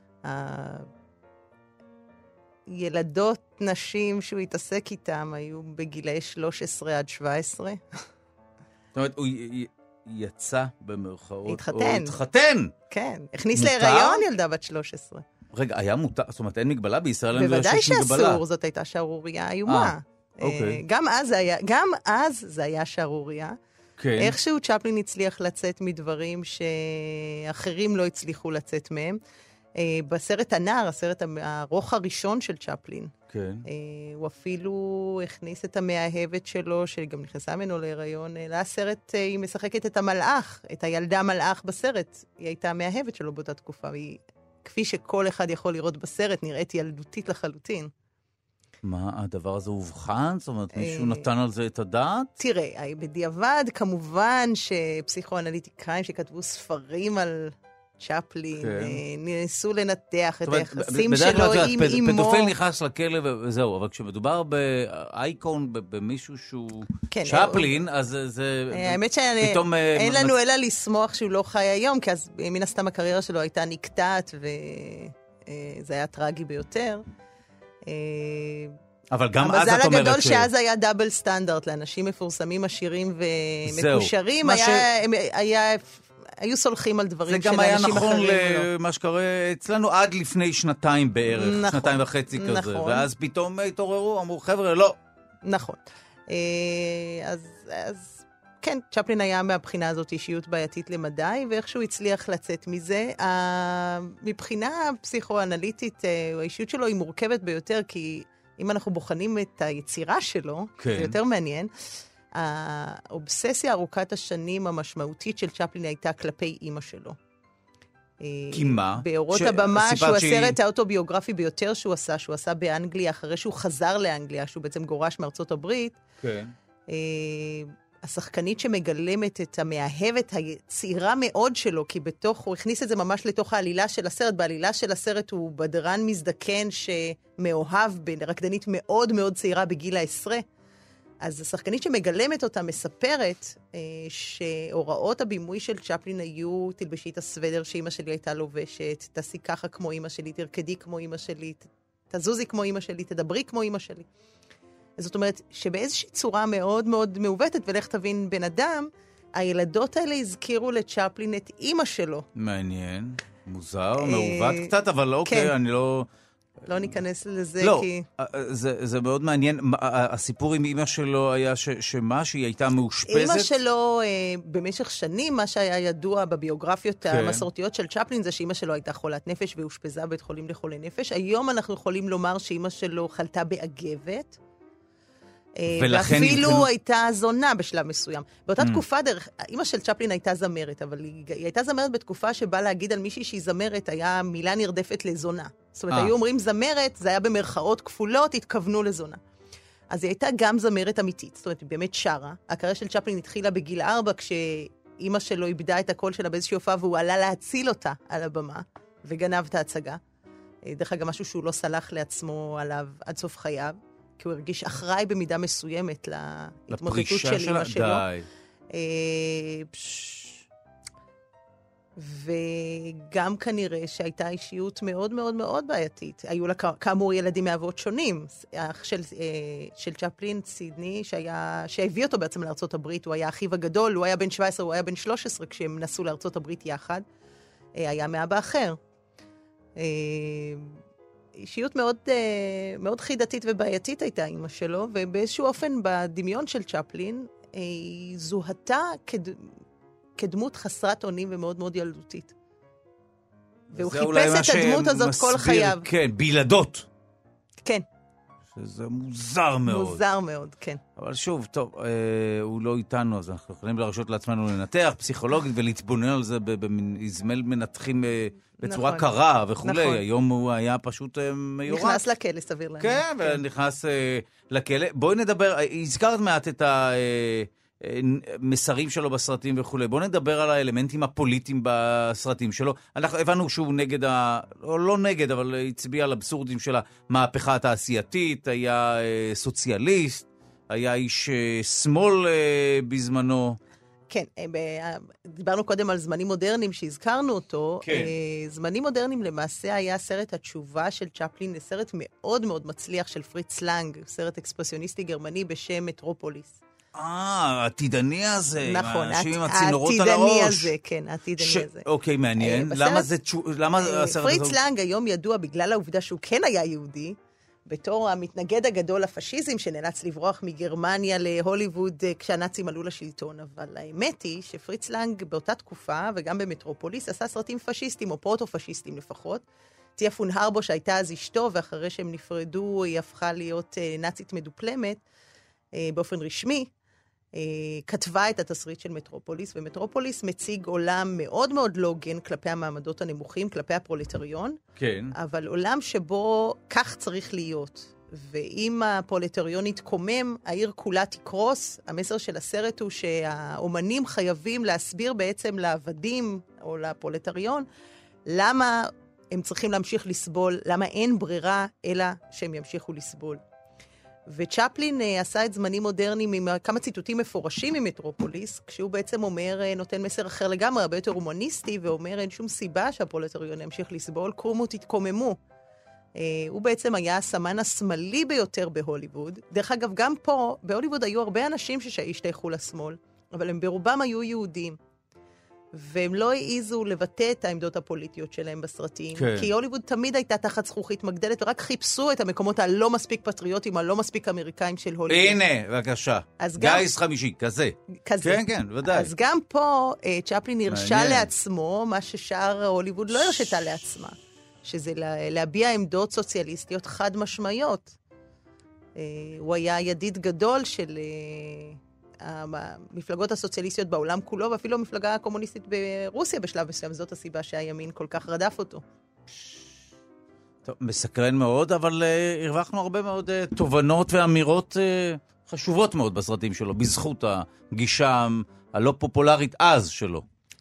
ילדות, נשים שהוא התעסק איתם היו בגילאי 13 עד 17. זאת אומרת, הוא יצא במרכאות. התחתן. התחתן! כן. הכניס להיריון ילדה בת 13. רגע, היה מותר, זאת אומרת, אין מגבלה בישראל? בוודאי שאסור, זאת הייתה שערוריה איומה. אוקיי. גם אז זה היה שערוריה. כן. איכשהו צ'פלין הצליח לצאת מדברים שאחרים לא הצליחו לצאת מהם. בסרט הנער, הסרט הארוך הראשון של צ'פלין, כן. הוא אפילו הכניס את המאהבת שלו, שגם נכנסה ממנו להיריון, לסרט היא משחקת את המלאך, את הילדה מלאך בסרט. היא הייתה המאהבת שלו באותה תקופה, והיא, כפי שכל אחד יכול לראות בסרט, נראית ילדותית לחלוטין. מה, הדבר הזה הובחן? זאת אומרת, מישהו נתן על זה את הדעת? תראה, בדיעבד, כמובן שפסיכואנליטיקאים שכתבו ספרים על צ'פלין, ניסו לנתח את היחסים שלו עם אמו. פדופיל נכנס לכלא וזהו, אבל כשמדובר באייקון, במישהו שהוא צ'פלין, אז זה האמת שאין לנו אלא לשמוח שהוא לא חי היום, כי אז מן הסתם הקריירה שלו הייתה נקטעת, וזה היה טרגי ביותר. אבל גם אז את אומרת המזל הגדול שאז היה דאבל סטנדרט לאנשים מפורסמים, עשירים ומקושרים, היו סולחים על דברים של אנשים אחרים. זה גם היה נכון למה שקורה אצלנו עד לפני שנתיים בערך, שנתיים וחצי כזה, ואז פתאום התעוררו, אמרו חבר'ה, לא. נכון. אז כן, צ'פלין היה מהבחינה הזאת אישיות בעייתית למדי, ואיכשהו הצליח לצאת מזה. מבחינה פסיכואנליטית, האישיות שלו היא מורכבת ביותר, כי אם אנחנו בוחנים את היצירה שלו, זה יותר מעניין. האובססיה ארוכת השנים המשמעותית של צ'פלין הייתה כלפי אימא שלו. כי מה? באורות הבמה, שהוא הסרט האוטוביוגרפי ביותר שהוא עשה באנגליה, אחרי שהוא חזר לאנגליה, שהוא בעצם גורש מארצות הברית. כן. השחקנית שמגלמת את המאהבת הצעירה מאוד שלו, כי הוא הכניס את זה ממש לתוך העלילה של הסרט. בעלילה של הסרט הוא בדרן מזדקן שמאוהב ברקדנית מאוד מאוד צעירה בגיל ה-10. אז השחקנית שמגלמת אותה מספרת שהוראות הבימוי של צ'פלין היו, תלבשי את הסוודר שאמא שלי הייתה לובשת, תעשי ככה כמו אמא שלי, תרקדי כמו אמא שלי, תזוזי כמו אמא שלי, תדברי כמו אמא שלי. זאת אומרת שבאיזושהי צורה מאוד מאוד מעוותת, ולך תבין בן אדם, הילדות האלה הזכירו לצ'פלין את אמא שלו. מעניין, מוזר, מעוות קצת, אבל אוקיי, אני לא ניכנס לזה לא, כי... זה מאוד מעניין. הסיפור עם אמא שלו היה שהיא הייתה מאושפזת? אמא שלו, במשך שנים, מה שהיה ידוע בביוגרפיות המסורתיות של צ'פלין, זה שאמא שלו הייתה חולת נפש והושפזה בית חולים לחולי נפש. היום אנחנו יכולים לומר שאמא שלו חלתה באגבת, ואפילו הייתה זונה בשלב מסוים. באותה תקופה, אמא של צ'פלין הייתה זמרת, אבל היא הייתה זמרת בתקופה שבה להגיד על מישהי שהיא זמרת, היה מילה נרדפת לזונה. זאת אומרת, היו אומרים זמרת, זה היה במרכאות כפולות, התכוונו לזונה. אז היא הייתה גם זמרת אמיתית, זאת אומרת, היא באמת שרה. הקריירה של צ'פלין התחילה בגיל 4, כשאמא שלו איבדה את הקול שלה באיזושהי הופעה, והוא עלה להציל אותה על הבמה, וגנב את ההצגה. דרך אגב, משהו שהוא לא סלח לעצמו עליו עד סוף חייו. כי הוא הרגיש אחראי במידה מסוימת להתמודדות של אמא שלו. וגם כנראה שהייתה אישיות מאוד מאוד מאוד בעייתית. היו לה כאמור ילדים מאבות שונים. האח של צ'פלין, סידני, שהביא אותו בעצם לארצות הברית, הוא היה אחיו הגדול, הוא היה בן 17, הוא היה בן 13, כשהם נסעו לארצות הברית יחד. היה מאבא אחר. אישיות מאוד, מאוד חידתית ובעייתית הייתה אמא שלו, ובאיזשהו אופן בדמיון של צ'פלין, היא זוהתה כדמות חסרת אונים ומאוד מאוד ילדותית. והוא חיפש את הדמות הזאת כל חייו. כן, בילדות. כן. זה מוזר מאוד. מוזר מאוד, כן. אבל שוב, טוב, הוא לא איתנו, אז אנחנו יכולים להרשות לעצמנו לנתח פסיכולוגית ולהתבונן על זה באזמל מנתחים בצורה נכון. קרה וכו'. נכון. היום הוא היה פשוט מיורט. נכנס לכלא, סביר לנו. כן, ונכנס לכלא. בואי נדבר, הזכרת מעט את המסרים שלו בסרטים וכו'. בואו נדבר על האלמנטים הפוליטיים בסרטים שלו. אנחנו הבנו שהוא נגד, לא נגד, אבל הצביע על אבסורדים של המהפכה התעשייתית, היה סוציאליסט, היה איש שמאל בזמנו. כן, דיברנו קודם על זמנים מודרניים שהזכרנו אותו. כן. זמנים מודרניים למעשה היה סרט התשובה של צ'פלין לסרט מאוד מאוד מצליח של פריץ לנג, סרט אקספרסיוניסטי גרמני בשם מטרופוליס. העתידני הזה, נכון, עם האנשים עם הצינורות על הראש. העתידני הזה, כן, העתידני הזה. אוקיי, מעניין. למה זה, למה הסרט הזה? פריץ לנג היום ידוע בגלל העובדה שהוא כן היה יהודי, בתור המתנגד הגדול לפשיזם שנאלץ לברוח מגרמניה להוליווד כשהנאצים עלו לשלטון. אבל האמת היא שפריץ לנג באותה תקופה, וגם במטרופוליס, עשה סרטים פשיסטים, או פרוטו-פשיסטים לפחות. טיה פון הרבו שהייתה אז אשתו, ואחרי שהם נפרדו היא הפכה להיות נאצית מדופלמת באופן רשמי. כתבה את התסריט של מטרופוליס, ומטרופוליס מציג עולם מאוד מאוד לא הוגן כלפי המעמדות הנמוכים, כלפי הפרולטריון, כן. אבל עולם שבו כך צריך להיות. ואם הפרולטריון יתקומם, העיר כולה תקרוס. המסר של הסרט הוא שהאומנים חייבים להסביר בעצם לעבדים או לפרולטריון, למה הם צריכים להמשיך לסבול, למה אין ברירה אלא שהם ימשיכו לסבול. וצ'פלין עשה את זמנים מודרניים עם כמה ציטוטים מפורשים ממטרופוליס, כשהוא בעצם אומר, נותן מסר אחר לגמרי, הרבה יותר הומניסטי, ואומר, אין שום סיבה שהפרולטריון ימשיך לסבול, קומו תתקוממו. הוא בעצם היה הסמן השמאלי ביותר בהוליווד. דרך אגב, גם פה, בהוליווד היו הרבה אנשים שהשתייכו לשמאל, אבל הם ברובם היו יהודים. והם לא העיזו לבטא את העמדות הפוליטיות שלהם בסרטים, כן. כי הוליווד תמיד הייתה תחת זכוכית מגדלת, ורק חיפשו את המקומות הלא מספיק פטריוטיים, הלא מספיק אמריקאים של הוליווד. הנה, בבקשה. גיס חמישי, כזה. כזה. כן, כן, ודאי. אז גם פה צ'פלין הרשה לעצמו, מה ששאר הוליווד לא הרשתה לעצמה, שזה להביע עמדות סוציאליסטיות חד משמעיות. הוא היה ידיד גדול של המפלגות הסוציאליסטיות בעולם כולו, ואפילו המפלגה הקומוניסטית ברוסיה בשלב מסוים. זאת הסיבה שהימין כל כך רדף אותו. טוב, מסקרן מאוד, אבל הרווחנו הרבה מאוד תובנות ואמירות חשובות מאוד בסרטים שלו, בזכות הגישה הלא פופולרית אז שלו.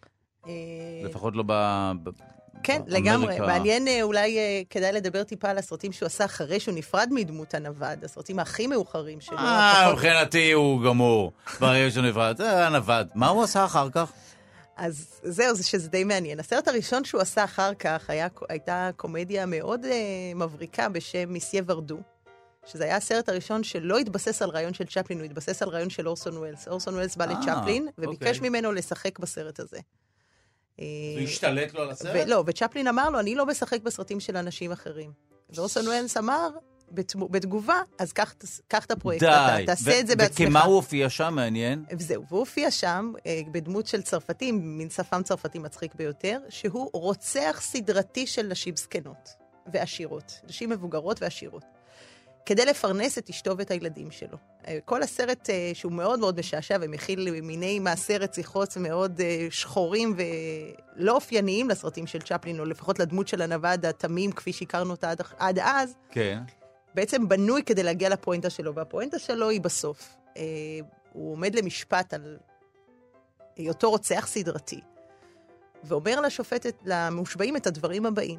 לפחות לא כן, לגמרי. מעניין, אולי כדאי לדבר טיפה על הסרטים שהוא עשה אחרי שהוא נפרד מדמות הנווד, הסרטים הכי מאוחרים שלו. מבחינתי הוא גמור. ברגע שהוא נפרד, זה הנווד. מה הוא עשה אחר כך? אז זהו, שזה די מעניין. הסרט הראשון שהוא עשה אחר כך הייתה קומדיה מאוד מבריקה בשם מסיה ורדו, שזה היה הסרט הראשון שלא התבסס על רעיון של צ'פלין, הוא התבסס על רעיון של אורסון ווילס. אורסון ווילס בא לצ'פלין וביקש ממנו לשחק בסרט הזה. הוא השתלט לו על הסרט? לא, וצ'פלין אמר לו, אני לא משחק בסרטים של אנשים אחרים. ואורסון ווילס אמר, בתגובה, אז קח את הפרויקט, תעשה את זה בעצמך. וכמה הוא הופיע שם, מעניין? וזהו, והוא הופיע שם בדמות של צרפתים, מן שפם צרפתי מצחיק ביותר, שהוא רוצח סדרתי של נשים זקנות ועשירות, נשים מבוגרות ועשירות, כדי לפרנס את אשתו ואת הילדים שלו. כל הסרט שהוא מאוד מאוד משעשע ומכיל מיני מעשי רציחות מאוד שחורים ולא אופייניים לסרטים של צ'פלין, או לפחות לדמות של הנווד התמים כפי שהכרנו אותה עד אז, כן. בעצם בנוי כדי להגיע לפואנטה שלו, והפואנטה שלו היא בסוף. הוא עומד למשפט על היותו רוצח סדרתי, ואומר לשופטת, למושבעים את הדברים הבאים.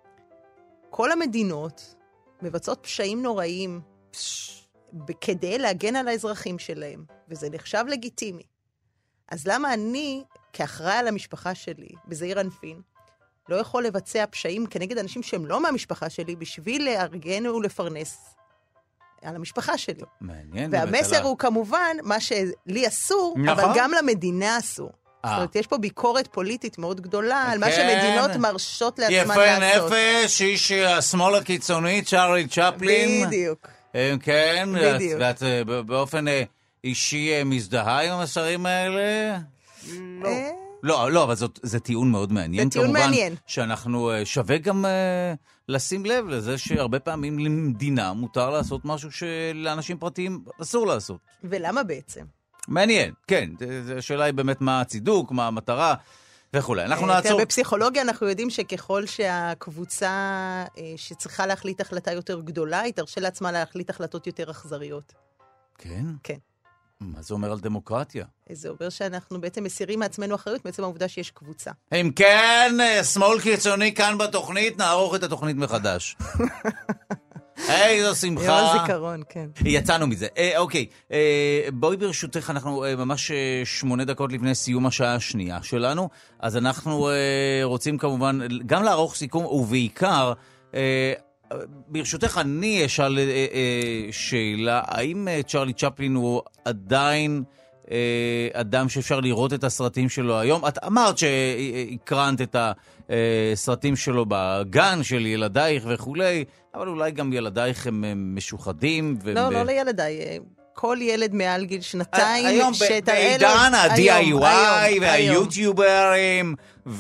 כל המדינות מבצעות פשעים נוראים כדי להגן על האזרחים שלהם, וזה נחשב לגיטימי. אז למה אני, כאחראי על המשפחה שלי, בזעיר אנפין, לא יכול לבצע פשעים כנגד אנשים שהם לא מהמשפחה שלי, בשביל לארגן ולפרנס על המשפחה שלי? מעניין. והמסר הוא כמובן, מה שלי אסור, אבל גם למדינה אסור. זאת אומרת, יש פה ביקורת פוליטית מאוד גדולה, על מה שמדינות מרשות לעצמן לעשות. יפה נפש, איש השמאל הקיצוני, צ'ארלי צ'פלין. בדיוק. כן, ואת באופן אישי מזדהה עם המסרים האלה? לא, אבל זה טיעון מאוד מעניין. זה טיעון מעניין. שאנחנו שווה גם לשים לב לזה שהרבה פעמים למדינה מותר לעשות משהו שלאנשים פרטיים אסור לעשות. ולמה בעצם? מעניין, כן. השאלה היא באמת מה הצידוק, מה המטרה וכולי. אנחנו נעצור. בפסיכולוגיה אנחנו יודעים שככל שהקבוצה שצריכה להחליט החלטה יותר גדולה, היא תרשה לעצמה להחליט החלטות יותר אכזריות. כן? כן. מה זה אומר על דמוקרטיה? זה אומר שאנחנו בעצם מסירים מעצמנו אחריות, בעצם העובדה שיש קבוצה. אם כן, שמאל קיצוני כאן בתוכנית, נערוך את התוכנית מחדש. איזו שמחה. יום הזיכרון, כן. יצאנו מזה. אוקיי, בואי ברשותך, אנחנו ממש 8 דקות לפני סיום השעה השנייה שלנו, אז אנחנו רוצים כמובן גם לערוך סיכום, ובעיקר, ברשותך אני אשאל שאלה, האם צ'רלי צ'פלין הוא עדיין אדם שאפשר לראות את הסרטים שלו היום? את אמרת שהקרנת את הסרטים שלו בגן של ילדייך וכולי, אבל אולי גם ילדייך הם משוחדים. לא לילדיי. כל ילד מעל גיל 2 היום בעידן ה-DIY והיוטיוברים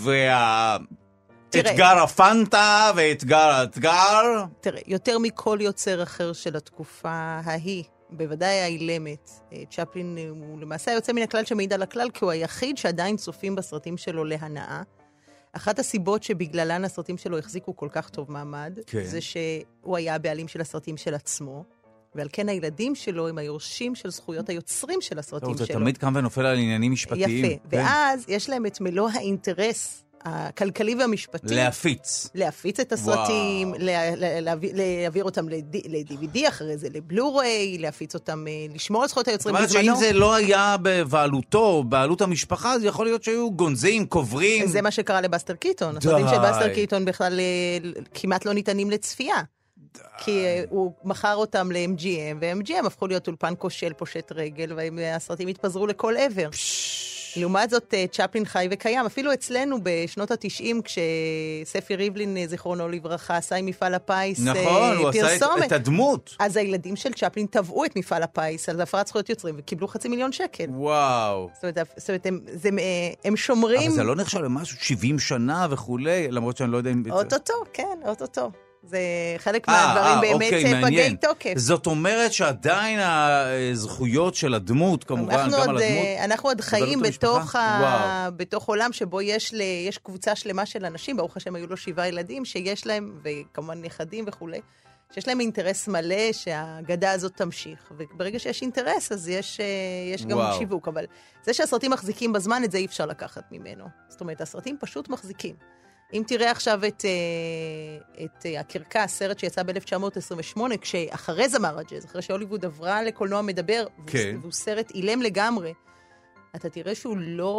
אתגר הפנטה ואתגר האתגר. תראה, יותר מכל יוצר אחר של התקופה ההיא, בוודאי האילמת, צ'פלין הוא למעשה יוצא מן הכלל שמעיד על הכלל, כי הוא היחיד שעדיין צופים בסרטים שלו להנאה. אחת הסיבות שבגללן הסרטים שלו החזיקו כל כך טוב מעמד, כן. זה שהוא היה הבעלים של הסרטים של עצמו, ועל כן הילדים שלו הם היורשים של זכויות היוצרים של הסרטים שלו. זה תמיד קם ונופל על עניינים משפטיים. יפה, כן. ואז יש להם את מלוא האינטרס הכלכלי והמשפטי. להפיץ את הסרטים, להעביר אותם ל-DVD אחרי זה, לבלו-ריי, להפיץ אותם, לשמור על זכויות היוצרים. זאת אומרת שאם זה לא היה בבעלותו, בעלות המשפחה, אז יכול להיות שהיו גונזים, קוברים. זה מה שקרה לבאסטר קיטון. הסרטים של באסטר קיטון בכלל כמעט לא ניתנים לצפייה. כי הוא מכר אותם ל-MGM, ו-MGM הפכו להיות אולפן כושל פושט רגל, והסרטים התפזרו לכל עבר. לעומת זאת, צ'פלין חי וקיים. אפילו אצלנו בשנות ה-90, כשספי ריבלין, זיכרונו לברכה, עשה עם מפעל הפיס פרסומת. נכון, הוא עשה את הדמות. אז הילדים של צ'פלין תבעו את מפעל הפיס על הפרת זכויות יוצרים, וקיבלו $500,000. וואו. זאת אומרת, הם שומרים... אבל זה לא נחשב למשהו 70 שנה וכולי, למרות שאני לא יודע אם... אוטוטו, כן, אוטוטו. זה חלק מהדברים באמת פגי תוקף. זאת אומרת שעדיין הזכויות של הדמות, כמובן, גם על הדמות. אנחנו עוד חיים בתוך עולם שבו יש קבוצה שלמה של אנשים, ברוך השם היו לו 7 ילדים, שיש להם, וכמובן נכדים וכולי, שיש להם אינטרס מלא שהאגדה הזאת תמשיך. וברגע שיש אינטרס, אז יש גם שיווק. אבל זה שהסרטים מחזיקים בזמן, את זה אי אפשר לקחת ממנו. זאת אומרת, הסרטים פשוט מחזיקים. אם תראה עכשיו את הקרקע, הסרט שיצא ב-1928, כשאחרי זמר הג'אז, אחרי שהוליווד עברה לקולנוע מדבר, כן. והוא סרט אילם לגמרי, אתה תראה שהוא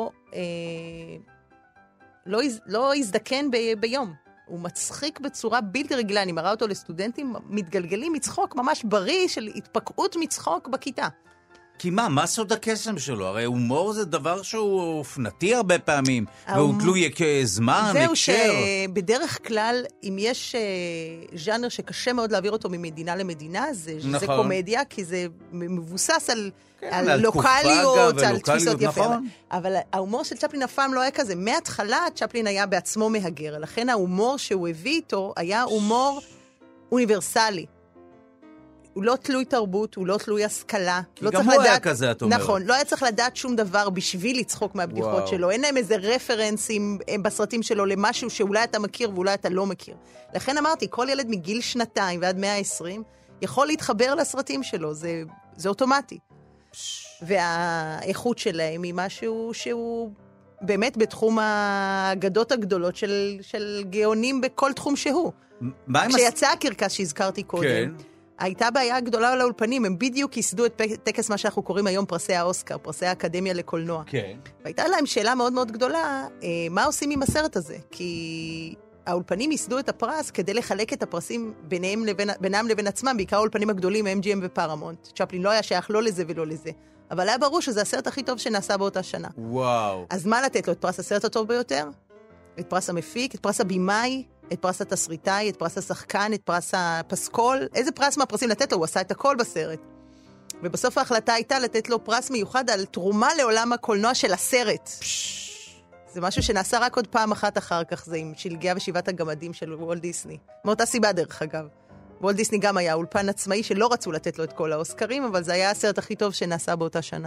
לא הזדקן ביום. הוא מצחיק בצורה בלתי רגילה. אני מראה אותו לסטודנטים מתגלגלים מצחוק, ממש בריא של התפקעות מצחוק בכיתה. כי מה סוד הקסם שלו? הרי הומור זה דבר שהוא אופנתי הרבה פעמים, והוא תלוי זמן, זהו הקשר. שבדרך כלל, אם יש ז'אנר שקשה מאוד להעביר אותו ממדינה למדינה, זה קומדיה, כי זה מבוסס על לוקליות, על תפיסות יפה. אבל ההומור של צ'פלין אף פעם לא היה כזה. מההתחלה צ'פלין היה בעצמו מהגר, לכן ההומור שהוא הביא איתו היה הומור אוניברסלי. הוא לא תלוי תרבות, הוא לא תלוי השכלה. כי גם הוא היה כזה, את אומרת. נכון, לא היה צריך לדעת שום דבר בשביל לצחוק מהבדיחות שלו. אין להם איזה רפרנסים בסרטים שלו למשהו שאולי אתה מכיר ואולי אתה לא מכיר. לכן אמרתי, כל ילד מגיל 2 ועד 120 יכול להתחבר לסרטים שלו, זה אוטומטי. והאיכות שלהם היא משהו שהוא באמת בתחום האגדות הגדולות של גאונים בכל תחום שהוא. כשיצא הקרקס שהזכרתי קודם, הייתה בעיה גדולה לאולפנים, הם בדיוק ייסדו את טקס מה שאנחנו קוראים היום פרסי האוסקר, פרסי האקדמיה לקולנוע. כן. והייתה להם שאלה מאוד מאוד גדולה, מה עושים עם הסרט הזה? כי האולפנים ייסדו את הפרס כדי לחלק את הפרסים בינם לבין עצמם, בעיקר האולפנים הגדולים, MGM ופרמונט. צ'פלין לא היה שייך לא לזה ולא לזה. אבל היה ברור שזה הסרט הכי טוב שנעשה באותה שנה. וואו. אז מה לתת לו? את פרס הסרט הטוב ביותר? את פרס המפיק? את פרס הבימאי? את פרס התסריטאי, את פרס השחקן, את פרס הפסקול, איזה פרס מהפרסים לתת לו? הוא עשה את הכל בסרט. ובסוף ההחלטה הייתה לתת לו פרס מיוחד על תרומה לעולם הקולנוע של הסרט. זה משהו שנעשה רק עוד פעם אחת אחר כך, זה עם שלגיה ושבעת הגמדים של וולט דיסני. מאותה סיבה דרך אגב. וולט דיסני גם היה אולפן עצמאי שלא רצו לתת לו את כל האוסקרים, אבל זה היה הסרט הכי טוב שנעשה באותה שנה.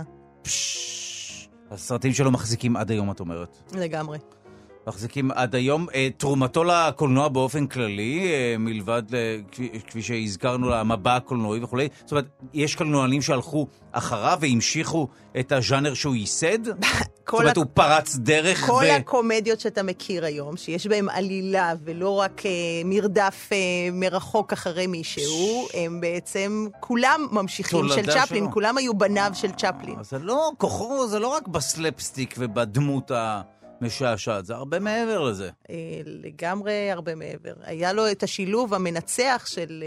הסרטים שלו מחזיקים עד היום, את אומרת. לגמרי. מחזיקים עד היום. תרומתו לקולנוע באופן כללי, מלבד, כפי שהזכרנו, למבע הקולנועי וכו'. זאת אומרת, יש קולנוענים שהלכו אחריו והמשיכו את הז'אנר שהוא ייסד? זאת אומרת, הוא פרץ דרך כל הקומדיות שאתה מכיר היום, שיש בהם עלילה ולא רק מרדף מרחוק אחרי מישהו, הם בעצם כולם ממשיכים של צ'פלין, כולם היו בניו של צ'פלין. זה לא כוחו, זה לא רק בסלפסטיק ובדמות משעשעת, זה הרבה מעבר לזה. לגמרי הרבה מעבר. היה לו את השילוב המנצח של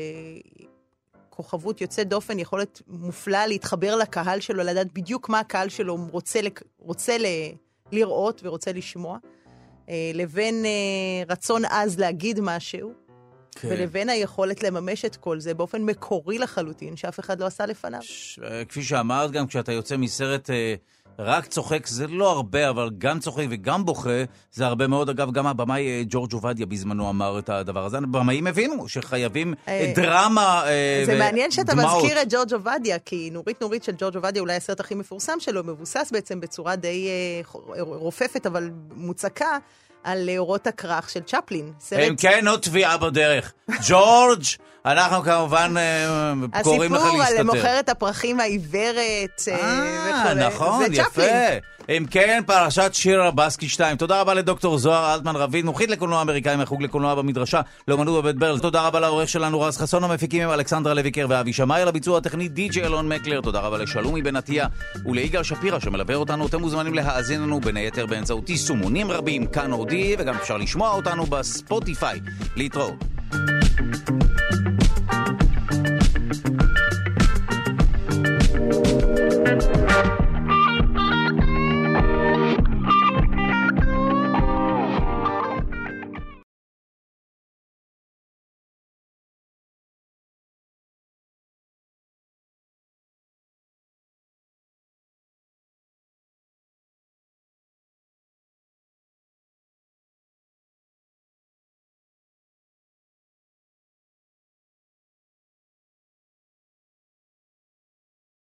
כוכבות יוצא דופן, יכולת מופלאה להתחבר לקהל שלו, לדעת בדיוק מה הקהל שלו רוצה לראות ורוצה לשמוע, לבין רצון אז להגיד משהו, ולבין היכולת לממש את כל זה באופן מקורי לחלוטין, שאף אחד לא עשה לפניו. כפי שאמרת, גם כשאתה יוצא מסרט רק צוחק, זה לא הרבה, אבל גם צוחק וגם בוכה, זה הרבה מאוד. אגב, גם הבמאי ג'ורג' עובדיה בזמנו אמר את הדבר הזה. הבמאים הבינו שחייבים דרמה ודמעות. זה מעניין שאתה מזכיר את ג'ורג' עובדיה, כי נורית של ג'ורג' עובדיה, אולי הסרט הכי מפורסם שלו, מבוסס בעצם בצורה די רופפת, אבל מוצקה, על אורות הכרך של צ'פלין. הם כן, עוד תביעה בדרך. ג'ורג', אנחנו כמובן קוראים לך להסתתר. הסיפור על מוכרת הפרחים העיוורת. נכון, יפה. אם כן, פרשת שיר הבסקי 2. תודה רבה לדוקטור זוהר אלטמן רביד, מומחית לקולנוע אמריקאי מהחוג לקולנוע במדרשה לאומנות בבית ברל. תודה רבה לעורך שלנו רז חסון, המפיקים הם אלכסנדרה לויקר ואבי שמאי, על הביצוע הטכני די.ג'יי אלון מקלר. תודה רבה לשלומי בן עטיה וליגאל שפירא שמלווה אותנו. אתם מוזמנים להאזין לנו בין היתר באמצעות יישומונים רבים כאן אודי, וגם אפשר לשמוע אותנו בספוטיפיי. להתראות.